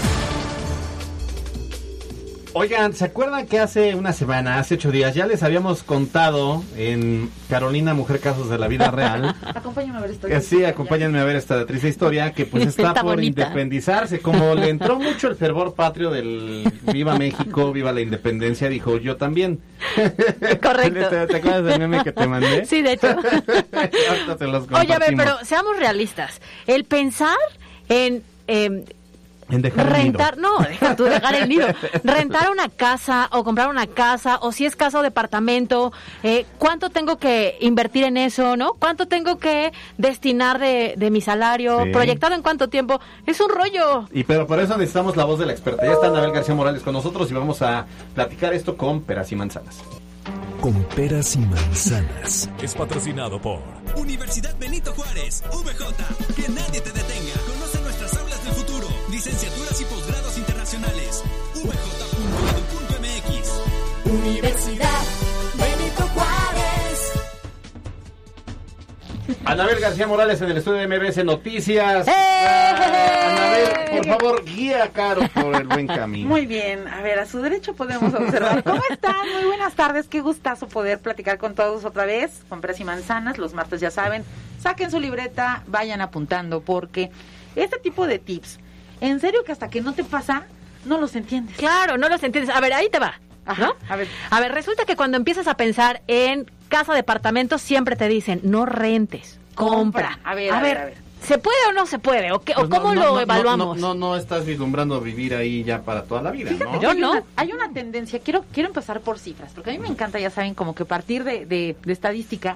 Oigan, ¿se acuerdan que hace una semana, hace ocho días, ya les habíamos contado en Carolina, Mujer Casos de la Vida Real? Acompáñame a ver esta que sí, acompáñenme a ver esta triste historia, que pues está, está por bonita. independizarse. Como le entró mucho el fervor patrio del Viva México, Viva la Independencia, dijo yo también. Correcto. ¿Te, ¿Te acuerdas del meme que te mandé? Sí, de hecho. Se los Oye, a ver, pero seamos realistas. El pensar en... Eh, En dejar rentar, el nido. no, deja tú dejar el nido. Rentar una casa o comprar una casa, o si es casa o departamento, eh, ¿cuánto tengo que invertir en eso, no? ¿Cuánto tengo que destinar de, de mi salario? Sí. ¿Proyectado en cuánto tiempo? Es un rollo. Y pero por eso necesitamos la voz de la experta. Ya está Anabel García Morales con nosotros y vamos a platicar esto con peras y manzanas. Con peras y manzanas. Es patrocinado por Universidad Benito Juárez, V J. Que nadie te detenga. Conoce nuestras aulas del futuro. Licenciaturas y posgrados internacionales. v j punto edu punto m x. Universidad Benito Juárez. Anabel García Morales en el estudio de M B S Noticias. ¡Eh! Anabel, por favor, guía a Caro por el buen camino. Muy bien, a ver, a su derecho podemos observar. ¿Cómo están? Muy buenas tardes, qué gustazo poder platicar con todos otra vez, con peras y manzanas, los martes ya saben. Saquen su libreta, vayan apuntando, porque este tipo de tips, en serio que hasta que no te pasa, no los entiendes. Claro, no los entiendes. A ver, ahí te va. Ajá, ¿no? a ver. A ver, resulta que cuando empiezas a pensar en casa, departamento, siempre te dicen, no rentes, compra. compra. A ver, a, a ver, ver, a ver. ¿Se puede o no se puede? ¿O, qué, pues o cómo no, no, lo no, evaluamos? No, no, no, no estás vislumbrando vivir ahí ya para toda la vida, Fíjate, ¿no? Yo hay no. Una, hay una tendencia, quiero quiero empezar por cifras, porque a mí me encanta, ya saben, como que partir de, de, de estadística.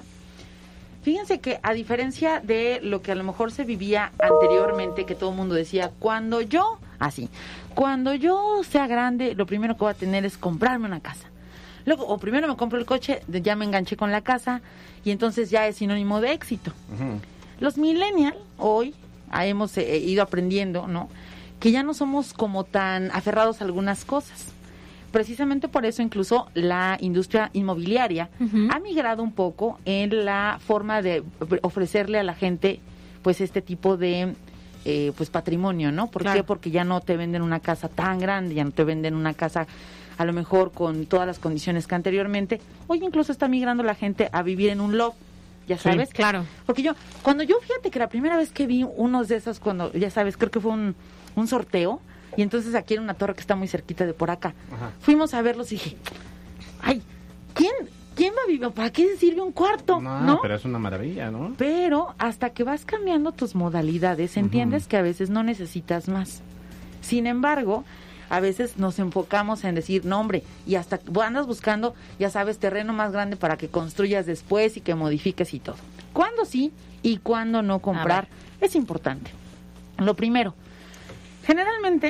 Fíjense que a diferencia de lo que a lo mejor se vivía anteriormente, que todo el mundo decía, cuando yo, así, cuando yo sea grande, lo primero que voy a tener es comprarme una casa. Luego, o primero me compro el coche, ya me enganché con la casa, y entonces ya es sinónimo de éxito. Uh-huh. Los millennials, hoy, hemos eh, ido aprendiendo, ¿no?, que ya no somos como tan aferrados a algunas cosas. Precisamente por eso incluso la industria inmobiliaria uh-huh. ha migrado un poco en la forma de ofrecerle a la gente pues este tipo de eh, pues patrimonio, ¿no? ¿Por claro. qué? Porque ya no te venden una casa tan grande, ya no te venden una casa a lo mejor con todas las condiciones que anteriormente. Hoy incluso está migrando la gente a vivir en un loft, ya sabes. Sí, claro. Porque yo, cuando yo, fíjate que la primera vez que vi unos de esos, cuando, ya sabes, creo que fue un, un sorteo, y entonces aquí en una torre que está muy cerquita de por acá. Ajá. Fuimos a verlos y dije, ay, ¿quién, quién va a vivir? ¿Para qué sirve un cuarto? No, ¿no? Pero es una maravilla, ¿no? Pero hasta que vas cambiando tus modalidades, entiendes uh-huh. que a veces no necesitas más. Sin embargo, a veces nos enfocamos en decir, no hombre, y hasta andas buscando, ya sabes, terreno más grande para que construyas después y que modifiques y todo. ¿Cuándo sí y cuándo no comprar? Es importante. Lo primero, generalmente,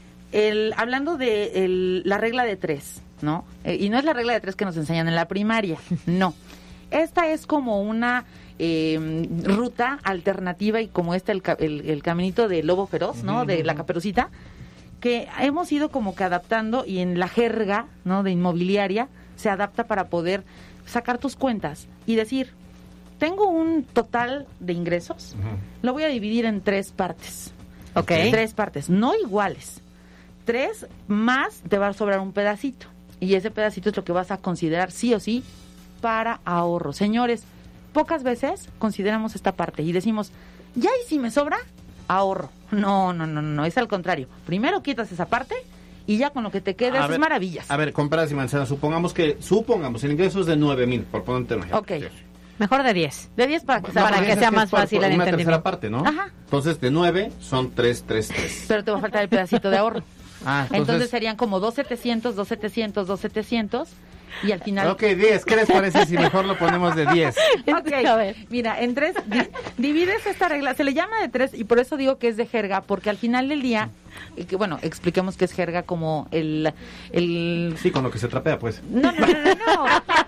el, hablando de el, la regla de tres, ¿no? Eh, y no es la regla de tres que nos enseñan en la primaria, no. Esta es como una eh, ruta alternativa y como esta, el, el, el caminito del lobo feroz, ¿no? Uh-huh. De la Caperucita, que hemos ido como que adaptando y en la jerga, ¿no?, de inmobiliaria se adapta para poder sacar tus cuentas y decir, tengo un total de ingresos, uh-huh. lo voy a dividir en tres partes. Ok. Tres partes, no iguales. Tres más te va a sobrar un pedacito. Y ese pedacito es lo que vas a considerar sí o sí para ahorro. Señores, pocas veces consideramos esta parte y decimos, ya y si me sobra, ahorro. No, no, no, no, es al contrario. Primero quitas esa parte y ya con lo que te queda es maravillas. A ver, con peras y manzanas, supongamos que, supongamos, el ingreso es de nueve mil, por ponerte un ejemplo. Ok. Dios. Mejor de diez. De diez para que, no, para que sea más fácil el entendimiento. Una tercera parte, ¿no? Ajá. Entonces, de nueve son tres, tres, tres. Pero te va a faltar el pedacito de ahorro. Ah, entonces... entonces serían como dos setecientos, dos setecientos, dos setecientos y al final... Ok, diez. ¿Qué les parece si mejor lo ponemos de diez? Ok, a ver. Mira, en tres, di, divides esta regla, se le llama de tres y por eso digo que es de jerga, porque al final del día, eh, que, bueno, expliquemos que es jerga como el, el... Sí, con lo que se trapea, pues. No, no, no, no, no.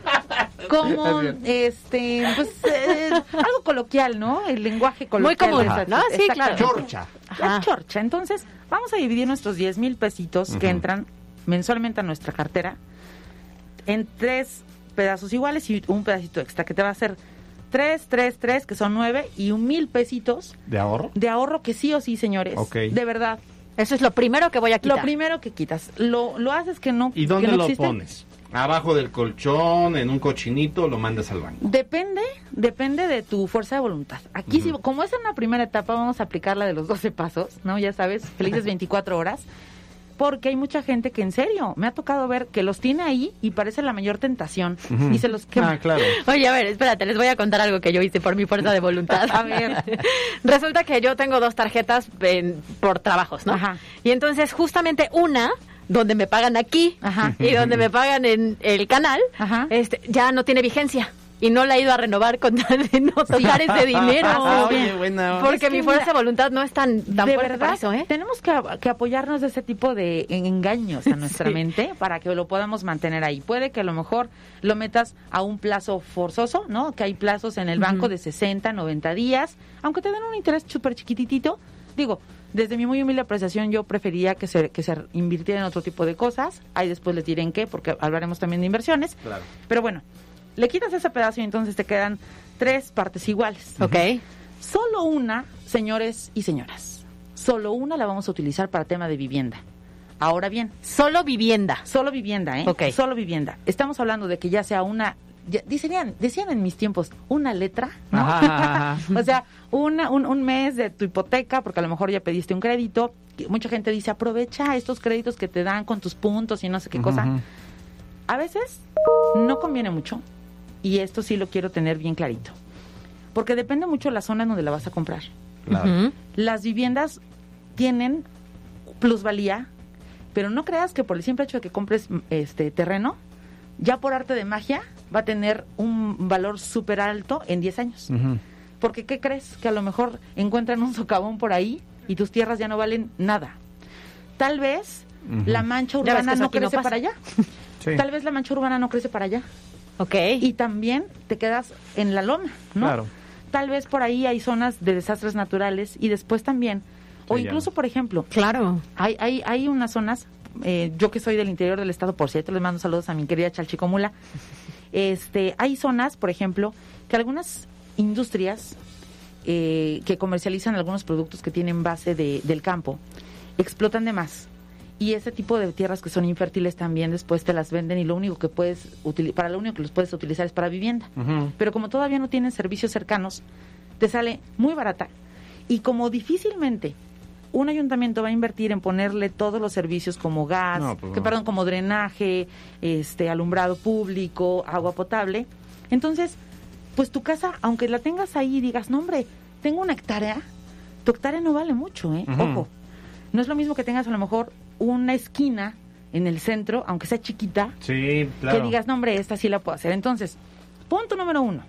Como, este, pues, eh, algo coloquial, ¿no? El lenguaje coloquial. Muy común, ¿no? Sí, claro. Chorcha. la chorcha. Entonces, vamos a dividir nuestros diez mil pesitos uh-huh. que entran mensualmente a nuestra cartera en tres pedazos iguales y un pedacito extra, que te va a hacer tres, tres, tres, que son nueve, y un mil pesitos. ¿De ahorro? De ahorro, que sí o sí, señores. Okay. De verdad. Eso es lo primero que voy a quitar. Lo primero que quitas. Lo, lo haces que no ¿Y dónde que no lo existe. pones? ¿Abajo del colchón, en un cochinito, lo mandas al banco? Depende, depende de tu fuerza de voluntad. Aquí uh-huh. sí, como es en una primera etapa, vamos a aplicar la de los doce pasos, ¿no? Ya sabes, felices veinticuatro horas. Porque hay mucha gente que, en serio, me ha tocado ver que los tiene ahí y parece la mayor tentación. Uh-huh. Y se los quema. Ah, claro. Oye, a ver, espérate, les voy a contar algo que yo hice por mi fuerza de voluntad. A ver. Resulta que yo tengo dos tarjetas en, por trabajos, ¿no? Ajá. Y entonces, justamente una, donde me pagan aquí, Ajá. y donde me pagan en el canal, Ajá. este ya no tiene vigencia. Y no la he ido a renovar con tal de no tocar ese dinero. Ah, oye, buena. Porque es mi que fuerza mira, de voluntad no es tan, tan de fuerte verdad, para eso, ¿eh? Tenemos que, que apoyarnos de ese tipo de engaños a nuestra Sí. mente para que lo podamos mantener ahí. Puede que a lo mejor lo metas a un plazo forzoso, ¿no? Que hay plazos en el banco uh-huh. de sesenta, noventa días, aunque te den un interés súper chiquititito. Digo, desde mi muy humilde apreciación, yo prefería que se, que se invirtiera en otro tipo de cosas. Ahí después les diré en qué, porque hablaremos también de inversiones. Claro. Pero bueno, le quitas ese pedazo y entonces te quedan tres partes iguales. Ok. Solo una, señores y señoras, solo una la vamos a utilizar para tema de vivienda. Ahora bien. Solo vivienda. Solo vivienda, ¿eh? Ok. Solo vivienda. Estamos hablando de que ya sea una... Ya, decían, decían en mis tiempos, una letra, ¿no? Ajá, ajá. O sea, una, un, un mes de tu hipoteca, porque a lo mejor ya pediste un crédito. Mucha gente dice, aprovecha estos créditos que te dan con tus puntos y no sé qué uh-huh. cosa. A veces no conviene mucho. Y esto sí lo quiero tener bien clarito. Porque depende mucho de la zona en donde la vas a comprar. Claro. Uh-huh. Las viviendas tienen plusvalía, pero no creas que por el simple hecho de que compres este terreno, ya por arte de magia va a tener un valor súper alto en diez años. Uh-huh. Porque, ¿qué crees? Que a lo mejor encuentran un socavón por ahí y tus tierras ya no valen nada. Tal vez uh-huh. la mancha urbana no crece no para allá. Sí. Tal vez la mancha urbana no crece para allá. Okay. Y también te quedas en la loma, ¿no? Claro. Tal vez por ahí hay zonas de desastres naturales y después también, o sí, incluso, por ejemplo, claro, hay hay hay unas zonas, eh, yo que soy del interior del estado, por cierto, les mando saludos a mi querida Chalchicomula, este, hay zonas, por ejemplo, que algunas industrias eh, que comercializan algunos productos que tienen base de, del campo, explotan de más. Y ese tipo de tierras que son infértiles también después te las venden y lo único que puedes utilizar, para lo único que los puedes utilizar es para vivienda. Uh-huh. Pero como todavía no tienen servicios cercanos, te sale muy barata. Y como difícilmente un ayuntamiento va a invertir en ponerle todos los servicios como gas, no, pues que no. perdón, como drenaje, este, alumbrado público, agua potable, entonces, pues tu casa, aunque la tengas ahí y digas, no hombre, tengo una hectárea, tu hectárea no vale mucho, ¿eh? Uh-huh. Ojo, no es lo mismo que tengas a lo mejor una esquina en el centro, aunque sea chiquita, sí, claro. que digas, no hombre, esta sí la puedo hacer. Entonces, punto número uno,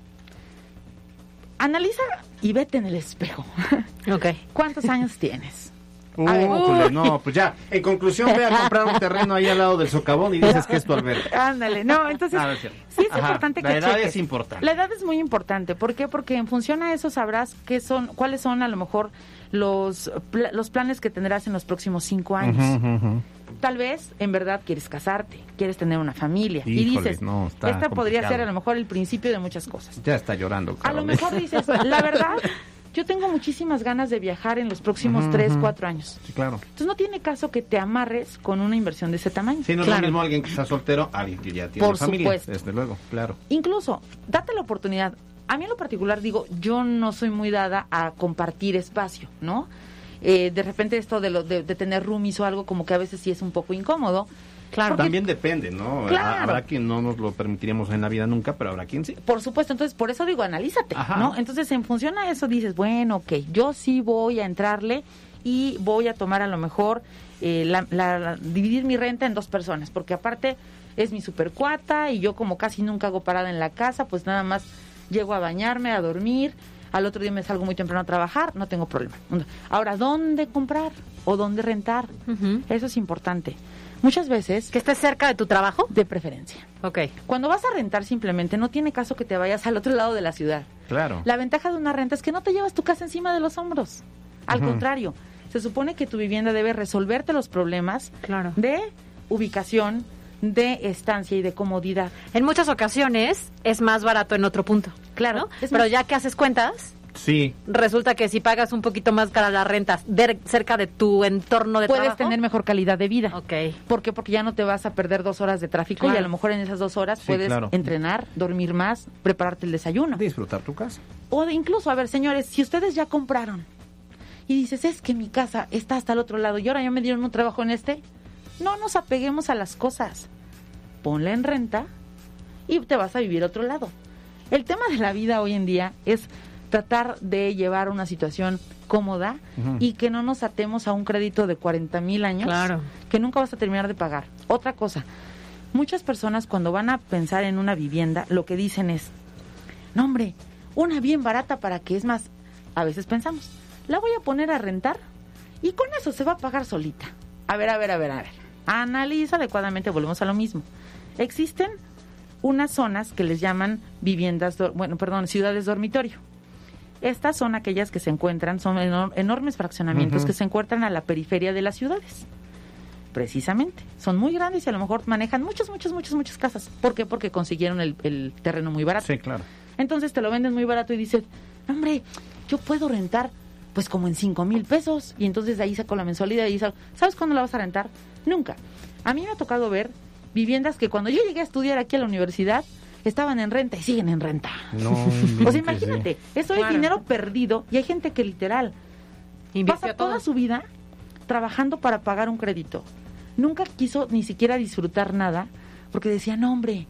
analiza y vete en el espejo. Okay. ¿Cuántos años tienes? Uh, uh, no, pues ya, en conclusión, ve a comprar un terreno ahí al lado del socavón y dices que es tu albergue. Ándale, no, entonces, ver, sí es Ajá, importante que La edad cheques. es importante. La edad es muy importante, ¿por qué? Porque en función a eso sabrás qué son, cuáles son a lo mejor los, pl- los planes que tendrás en los próximos cinco años. Uh-huh, uh-huh. Tal vez, en verdad, quieres casarte, quieres tener una familia, Híjole, y dices, no, esta complicado. Podría ser a lo mejor el principio de muchas cosas. Ya está llorando, Carolina. A lo mejor dices, la verdad, yo tengo muchísimas ganas de viajar en los próximos tres, uh-huh, uh-huh. cuatro años. Sí, claro. Entonces no tiene caso que te amarres con una inversión de ese tamaño. Sí, no claro. es lo mismo alguien que está soltero, alguien que ya tiene Por familia. Supuesto. Desde luego, claro. Incluso, date la oportunidad. A mí en lo particular, digo, yo no soy muy dada a compartir espacio, ¿no? Eh, de repente esto de, lo, de, de tener roomies o algo como que a veces sí es un poco incómodo. Claro. Porque, también depende, ¿no? Claro. Habrá quien no nos lo permitiríamos en la vida nunca, pero habrá quien sí. Por supuesto, entonces por eso digo, analízate, Ajá. ¿no? Entonces en función a eso dices, bueno, ok, yo sí voy a entrarle y voy a tomar a lo mejor, eh, la, la, la, dividir mi renta en dos personas, porque aparte es mi super cuata y yo como casi nunca hago parada en la casa, pues nada más llego a bañarme, a dormir, al otro día me salgo muy temprano a trabajar, no tengo problema. Ahora, ¿dónde comprar o dónde rentar? Uh-huh. Eso es importante. Muchas veces... ¿Que estés cerca de tu trabajo? De preferencia. Ok. Cuando vas a rentar simplemente, no tiene caso que te vayas al otro lado de la ciudad. Claro. La ventaja de una renta es que no te llevas tu casa encima de los hombros. Al uh-huh. contrario, Se supone que tu vivienda debe resolverte los problemas claro. de ubicación, de estancia y de comodidad. En muchas ocasiones es más barato en otro punto. Claro. ¿no? Es Pero más... ya que haces cuentas, sí. resulta que si pagas un poquito más cara las rentas de, cerca de tu entorno de puedes trabajo, tener mejor calidad de vida. Okay. ¿Por qué? Porque ya no te vas a perder dos horas de tráfico claro. y a lo mejor en esas dos horas sí, puedes claro. entrenar, dormir más, prepararte el desayuno. Disfrutar tu casa. O de incluso, a ver, señores, si ustedes ya compraron y dices, es que mi casa está hasta el otro lado y ahora ya me dieron un trabajo en este, no nos apeguemos a las cosas. Ponla en renta y te vas a vivir a otro lado. El tema de la vida hoy en día es tratar de llevar una situación cómoda uh-huh. y que no nos atemos a un crédito de cuarenta mil años claro. que nunca vas a terminar de pagar. Otra cosa, muchas personas cuando van a pensar en una vivienda, lo que dicen es, no hombre, una bien barata para que es más, a veces pensamos, la voy a poner a rentar y con eso se va a pagar solita. A ver, a ver, a ver, a ver. Analiza adecuadamente, volvemos a lo mismo. Existen unas zonas que les llaman viviendas, do- bueno, perdón, ciudades dormitorio. Estas son aquellas que se encuentran, son enor- enormes fraccionamientos uh-huh. que se encuentran a la periferia de las ciudades. Precisamente. Son muy grandes y a lo mejor manejan muchas, muchas, muchas, muchas casas. ¿Por qué? Porque consiguieron el, el terreno muy barato. Sí, claro. Entonces te lo venden muy barato y dices, hombre, yo puedo rentar pues como en cinco mil pesos. Y entonces de ahí saco la mensualidad y dices, ¿sabes cuándo la vas a rentar? Nunca. A mí me ha tocado ver viviendas que cuando yo llegué a estudiar aquí a la universidad estaban en renta y siguen en renta. No, o sea, imagínate, sí. eso claro. es dinero perdido y hay gente que literal Invirtió pasa toda todo. su vida trabajando para pagar un crédito. Nunca quiso ni siquiera disfrutar nada porque decía, no hombre,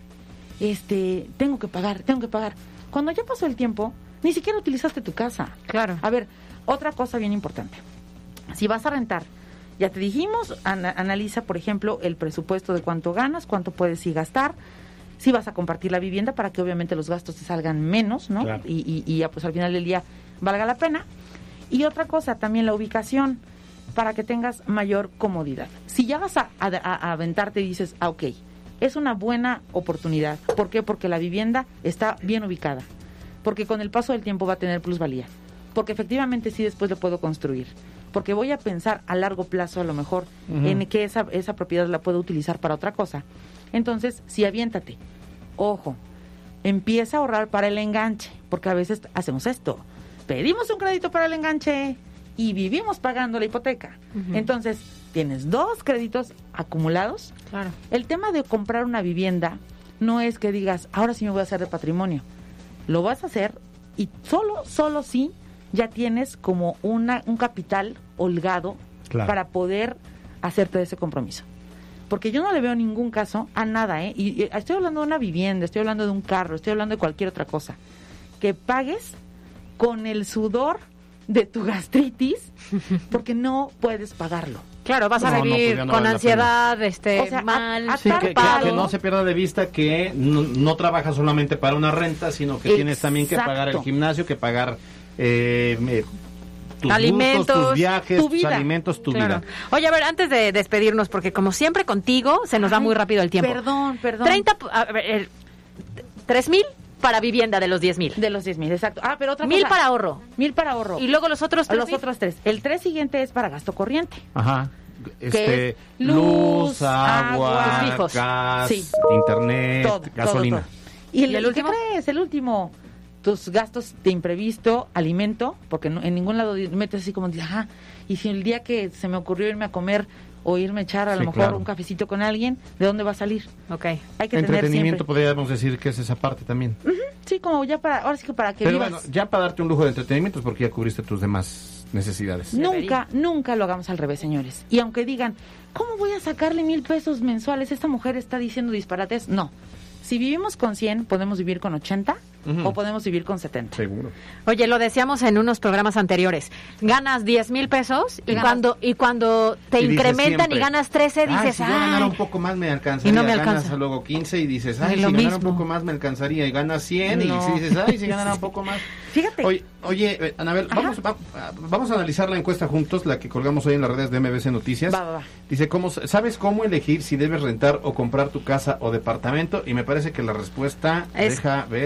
este, tengo que pagar, tengo que pagar. Cuando ya pasó el tiempo, ni siquiera utilizaste tu casa. Claro. A ver, otra cosa bien importante. Si vas a rentar, ya te dijimos, an- analiza, por ejemplo, el presupuesto de cuánto ganas, cuánto puedes y gastar, si vas a compartir la vivienda para que obviamente los gastos te salgan menos, ¿no? Claro. Y, y, y ya pues al final del día valga la pena. Y otra cosa, también la ubicación, para que tengas mayor comodidad. Si ya vas a, a, a aventarte y dices, ah, ok, es una buena oportunidad. ¿Por qué? Porque la vivienda está bien ubicada. Porque con el paso del tiempo va a tener plusvalía. Porque efectivamente sí después lo puedo construir. Porque voy a pensar a largo plazo a lo mejor uh-huh. en que esa, esa propiedad la puedo utilizar para otra cosa. Entonces, sí, aviéntate. Ojo, empieza a ahorrar para el enganche. Porque a veces hacemos esto. Pedimos un crédito para el enganche y vivimos pagando la hipoteca. Uh-huh. Entonces, tienes dos créditos acumulados. Claro. El tema de comprar una vivienda no es que digas, ahora sí me voy a hacer de patrimonio. Lo vas a hacer y solo, solo sí ya tienes como una un capital holgado claro. para poder hacerte de ese compromiso. Porque yo no le veo ningún caso a nada, ¿eh? Y, y estoy hablando de una vivienda, estoy hablando de un carro, estoy hablando de cualquier otra cosa. Que pagues con el sudor de tu gastritis porque no puedes pagarlo. Claro, vas a no, vivir no, pues no con vale ansiedad, este, o sea, mal, sí, que, que, que no se pierda de vista que no, no trabajas solamente para una renta, sino que Exacto. tienes también que pagar el gimnasio, que pagar eh, eh, tus alimentos, gustos, tus viajes, tu vida. tus alimentos, tu claro. vida. Oye, a ver, antes de despedirnos, porque como siempre contigo se nos Ay, va muy rápido el tiempo. Perdón, perdón. treinta, a ver, tres mil para vivienda de los diez mil. De los diez mil, exacto. Ah, pero otra mil cosa. para ahorro. Mil para ahorro. Y luego los otros tres. Los mil? otros tres. El tres siguiente es para gasto corriente. Ajá. Este, es luz, luz, agua, agua gas, sí. internet, todo, gasolina. Todo, todo. ¿Y el, ¿Y el último? ¿Qué crees? El último. Tus gastos de imprevisto, alimento, porque no, en ningún lado metes así como, ajá, y si el día que se me ocurrió irme a comer o irme a echar a sí, lo mejor claro. un cafecito con alguien, ¿de dónde va a salir? Ok. Hay que entretenimiento tener podríamos decir que es esa parte también. Uh-huh. Sí, como ya para, ahora sí que para que Pero vivas. Bueno, ya para darte un lujo de entretenimiento es porque ya cubriste tus demás necesidades. Nunca, nunca lo hagamos al revés, señores. Y aunque digan, ¿cómo voy a sacarle mil pesos mensuales? Esta mujer está diciendo disparates. No. Si vivimos con cien, podemos vivir con ochenta uh-huh. o podemos vivir con setenta. Seguro. Oye, lo decíamos en unos programas anteriores. Ganas diez mil pesos y, y cuando y cuando te y incrementan y ganas trece, dices, ay, si yo ganara un poco más me alcanzaría. Y no me alcanza. Ganas luego quince y dices, ay, ay si lo ganara mismo. un poco más me alcanzaría. Y ganas cien no. y dices, ay, si ganara un poco más. Fíjate. Oye, oye Anabel, vamos, va, vamos a analizar la encuesta juntos, la que colgamos hoy en las redes de M B C Noticias. Va, va, va. Dice, ¿cómo, ¿sabes cómo elegir si debes rentar o comprar tu casa o departamento? Y me parece que la respuesta es deja ver... Con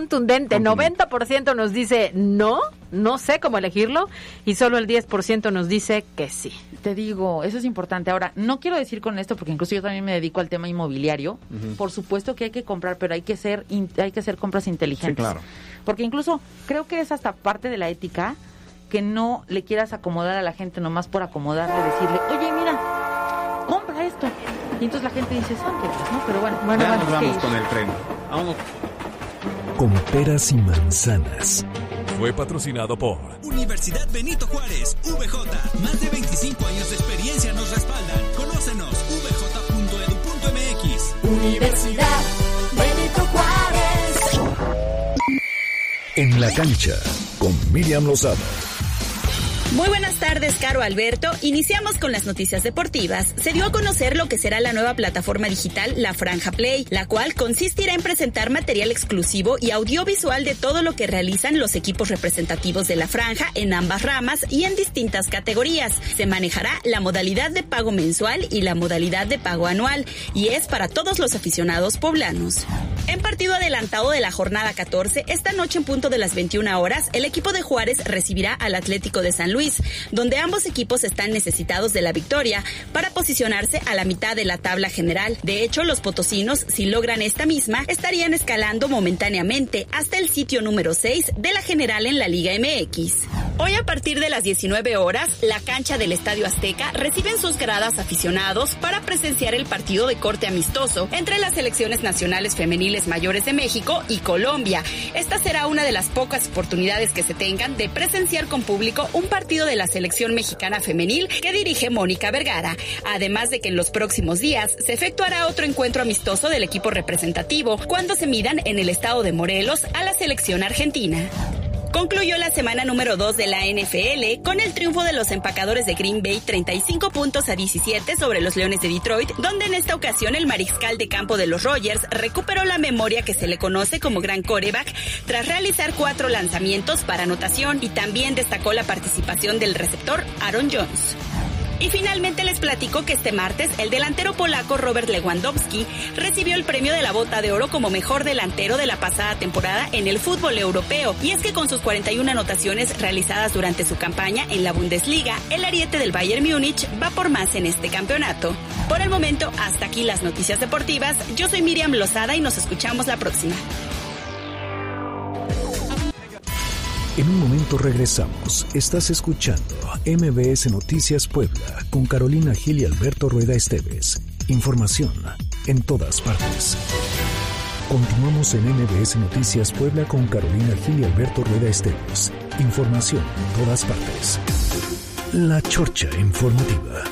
contundente. noventa por ciento nos dice no, no sé cómo elegirlo, y solo el diez por ciento nos dice que sí. Te digo, eso es importante. Ahora, no quiero decir con esto, porque incluso yo también me dedico al tema inmobiliario. Uh-huh. Por supuesto que hay que comprar, pero hay que ser, hay que hacer compras inteligentes. Sí, claro. Porque incluso creo que es hasta parte de la ética que no le quieras acomodar a la gente nomás por acomodarle, decirle, oye, mira, compra esto. Y entonces la gente dice, ¿sabes? ¿No? Pero bueno, bueno, ya nos vamos con el tren. Vámonos. Con peras y manzanas. Fue patrocinado por Universidad Benito Juárez, V J. Más de veinticinco años de experiencia nos respaldan. Conócenos, v j punto edu punto m x. Universidad Benito Juárez. En la cancha, con Miriam Lozada. Muy buenas tardes, Caro Alberto. Iniciamos con las noticias deportivas. Se dio a conocer lo que será la nueva plataforma digital La Franja Play, la cual consistirá en presentar material exclusivo y audiovisual de todo lo que realizan los equipos representativos de la franja en ambas ramas y en distintas categorías. Se manejará la modalidad de pago mensual y la modalidad de pago anual, y es para todos los aficionados poblanos. En partido adelantado de la jornada catorce, esta noche en punto de las veintiuna horas, el equipo de Juárez recibirá al Atlético de San Luis, donde ambos equipos están necesitados de la victoria para posicionarse a la mitad de la tabla general. De hecho, los potosinos, si logran esta misma, estarían escalando momentáneamente hasta el sitio número seis de la general en la Liga M X. Hoy a partir de las diecinueve horas, la cancha del Estadio Azteca recibe en sus gradas aficionados para presenciar el partido de corte amistoso entre las selecciones nacionales femeniles mayores de México y Colombia. Esta será una de las pocas oportunidades que se tengan de presenciar con público un partido de la selección mexicana femenil que dirige Mónica Vergara. Además de que en los próximos días se efectuará otro encuentro amistoso del equipo representativo cuando se midan en el estado de Morelos a la selección argentina. Concluyó la semana número dos de la N F L con el triunfo de los empacadores de Green Bay treinta y cinco puntos a diecisiete sobre los Leones de Detroit, donde en esta ocasión el mariscal de campo de los Rodgers recuperó la memoria que se le conoce como gran quarterback tras realizar cuatro lanzamientos para anotación, y también destacó la participación del receptor Aaron Jones. Y finalmente les platico que este martes el delantero polaco Robert Lewandowski recibió el premio de la Bota de Oro como mejor delantero de la pasada temporada en el fútbol europeo. Y es que con sus cuarenta y una anotaciones realizadas durante su campaña en la Bundesliga, el ariete del Bayern Múnich va por más en este campeonato. Por el momento, hasta aquí las noticias deportivas. Yo soy Miriam Lozada y nos escuchamos la próxima. En un momento regresamos. Estás escuchando M B S Noticias Puebla con Carolina Gil y Alberto Rueda Esteves. Información en todas partes. Continuamos en M B S Noticias Puebla con Carolina Gil y Alberto Rueda Esteves. Información en todas partes. La Chorcha Informativa.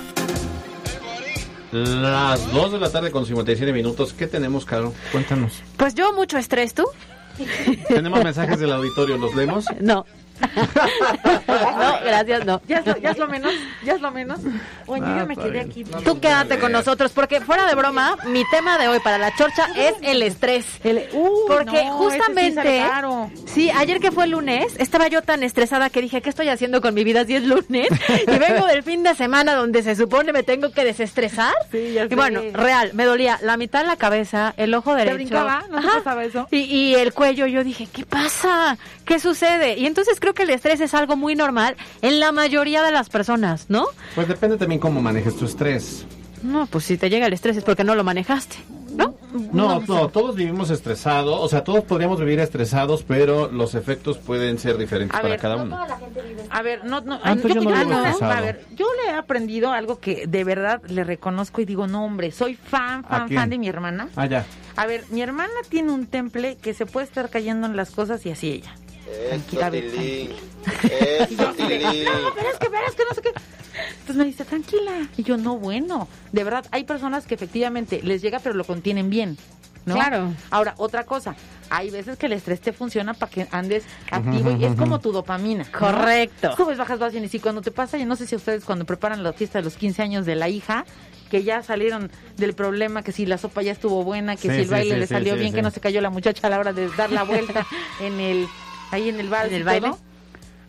Las dos de la tarde con cincuenta y siete minutos. ¿Qué tenemos, Caro? Cuéntanos. Pues yo mucho estrés, ¿tú? Tenemos mensajes del auditorio, ¿los leemos? No. No, gracias, no. Ya es, lo, ya es lo menos, ya es lo menos. Oye, ah, yo me quedé bien. Aquí. Tú quédate con nosotros, porque fuera de broma, mi tema de hoy para la chorcha es el estrés. El, uh, porque no, justamente, sí, sí, ayer que fue el lunes, estaba yo tan estresada que dije, ¿qué estoy haciendo con mi vida si es lunes? Y vengo del fin de semana donde se supone me tengo que desestresar. Sí, ya sé. Y bueno, real, me dolía la mitad de la cabeza, el ojo derecho. ¿Te brincaba? ¿No te pasaba eso? Y, y el cuello, yo dije, ¿qué pasa? ¿Qué sucede? Y entonces creo que el estrés es algo muy normal en la mayoría de las personas, ¿no? Pues depende también cómo manejes tu estrés. No, pues si te llega el estrés es porque no lo manejaste, ¿no? No, no, todos vivimos estresados, o sea, todos podríamos vivir estresados, pero los efectos pueden ser diferentes a para ver, cada uno. No, a ver, no, no, ah, yo, yo, no yo, no a ver, yo le he aprendido algo que de verdad le reconozco y digo, no, hombre, soy fan, fan, fan de mi hermana. Ah, ya. A ver, mi hermana tiene un temple que se puede estar cayendo en las cosas y así ella. Tranquila, Tilín. Eso, Tilín. No, pero es que, pero es que no sé qué. Entonces me dice, tranquila. Y yo, no, bueno. De verdad, hay personas que efectivamente les llega, pero lo contienen bien, ¿no? Claro. Ahora, otra cosa. Hay veces que el estrés te funciona para que andes activo uh-huh, y es como tu dopamina, ¿no? Correcto. Subes, bajas, vas y cuando te pasa, yo no sé si ustedes cuando preparan la fiesta de los quince años de la hija, que ya salieron del problema, que si la sopa ya estuvo buena, que sí, si el baile sí, le sí, salió sí, bien, sí. que no se cayó la muchacha a la hora de dar la vuelta en el... ahí en el bar, ¿En el baile? Todo.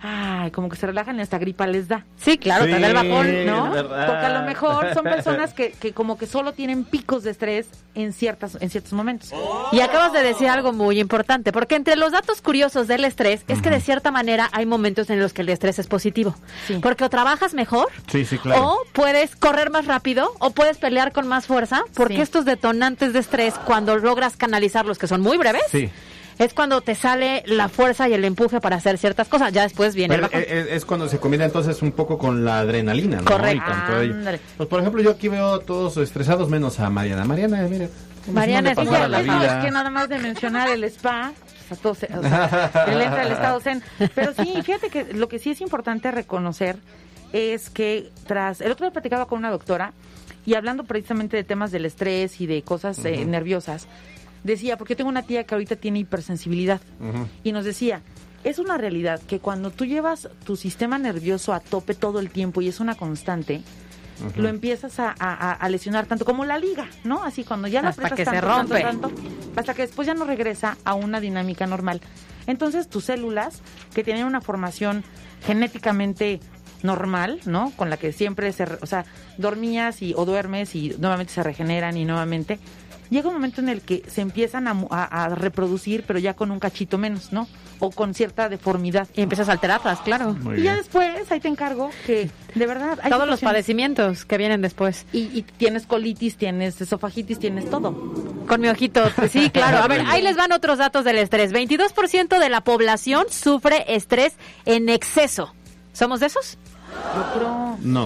ay, como que se relajan y hasta gripa les da. Sí, claro, Sí, te da el bajón, ¿no? verdad. Porque a lo mejor son personas que, que como que solo tienen picos de estrés en ciertas en ciertos momentos. Y acabas de decir algo muy importante, porque entre los datos curiosos del estrés es que de cierta manera hay momentos en los que el estrés es positivo. Sí. Porque o trabajas mejor, Sí, sí, claro. o puedes correr más rápido, o puedes pelear con más fuerza, porque Sí. estos detonantes de estrés, cuando logras canalizarlos, que son muy breves, Sí. es cuando te sale la fuerza y el empuje para hacer ciertas cosas. Ya después viene Pero el bajón. es, es cuando se combina entonces un poco con la adrenalina, ¿no? Correcto. Y con todo ello. Ándale. Pues por ejemplo, yo aquí veo todos estresados menos a Mariana. Mariana, mire. como Mariana si no es le pasara igual, la Eso vida. es que nada más de mencionar el spa, pues, a todos, o sea, él entra al estado zen. Pero sí, fíjate que lo que sí es importante reconocer es que tras, el otro día platicaba con una doctora y hablando precisamente de temas del estrés y de cosas eh, nerviosas, decía, porque tengo una tía que ahorita tiene hipersensibilidad Ujú. y nos decía, es una realidad que cuando tú llevas tu sistema nervioso a tope todo el tiempo y es una constante, Ujú. lo empiezas a, a- a lesionar tanto como la liga, ¿no? Así cuando ya lo Hasta aprietas que se tanto, rompe. tanto, tanto, hasta que después ya no regresa a una dinámica normal. Entonces tus células, que tienen una formación genéticamente normal, ¿no? Con la que siempre se, re- o sea, dormías y o duermes y nuevamente se regeneran y nuevamente llega un momento en el que se empiezan a, mu- a- a reproducir, pero ya con un cachito menos, ¿no? O con cierta deformidad. Y empiezas a alterarlas, claro. Muy Y ya bien. después, ahí te encargo que, de verdad, hay Todos los situaciones- padecimientos que vienen después. Y, y tienes colitis, tienes esofagitis, tienes todo. Con mi ojito, pues sí, claro. A ver, ahí les van otros datos del estrés. veintidós por ciento de la población sufre estrés en exceso. ¿Somos de esos? Yo creo... No.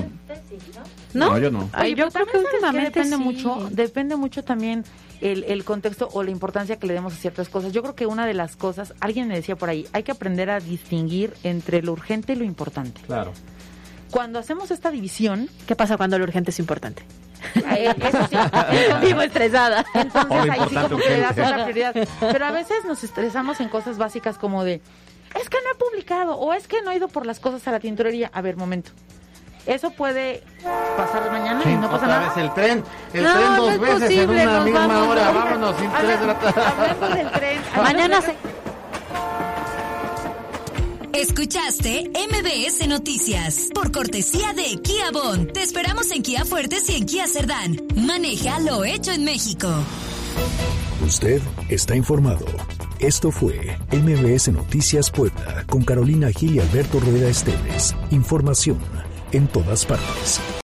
¿No? No, yo no. Ay, Oye, yo pero creo que también, ¿sabes qué? últimamente depende sí. mucho, depende mucho también el, el contexto o la importancia que le demos a ciertas cosas. Yo creo que una de las cosas, alguien me decía por ahí, hay que aprender a distinguir entre lo urgente y lo importante. Claro. Cuando hacemos esta división, ¿Qué pasa cuando lo urgente es importante? eh, eso sí, entonces- Vivo estresada. Entonces O lo ahí sí importante como que le das urgente. otra prioridad. Pero a veces nos estresamos en cosas básicas como de, es que no he publicado o es que no he ido por las cosas a la tintorería. A ver, momento. Eso puede pasar mañana y no pasa Otra nada. vez el tren. El No, tren no dos es veces posible, en una nos misma vamos, hora. oiga. Vámonos, sin Habla- tres de la tarde. Hablando del tren. Mañana se... Escuchaste M B S Noticias por cortesía de Kia Bon. Te esperamos en Kia Fuertes y en Kia Cerdán. Maneja lo hecho en México. Usted está informado. Esto fue M B S Noticias Puebla con Carolina Gil y Alberto Rueda Esteves. Información en todas partes.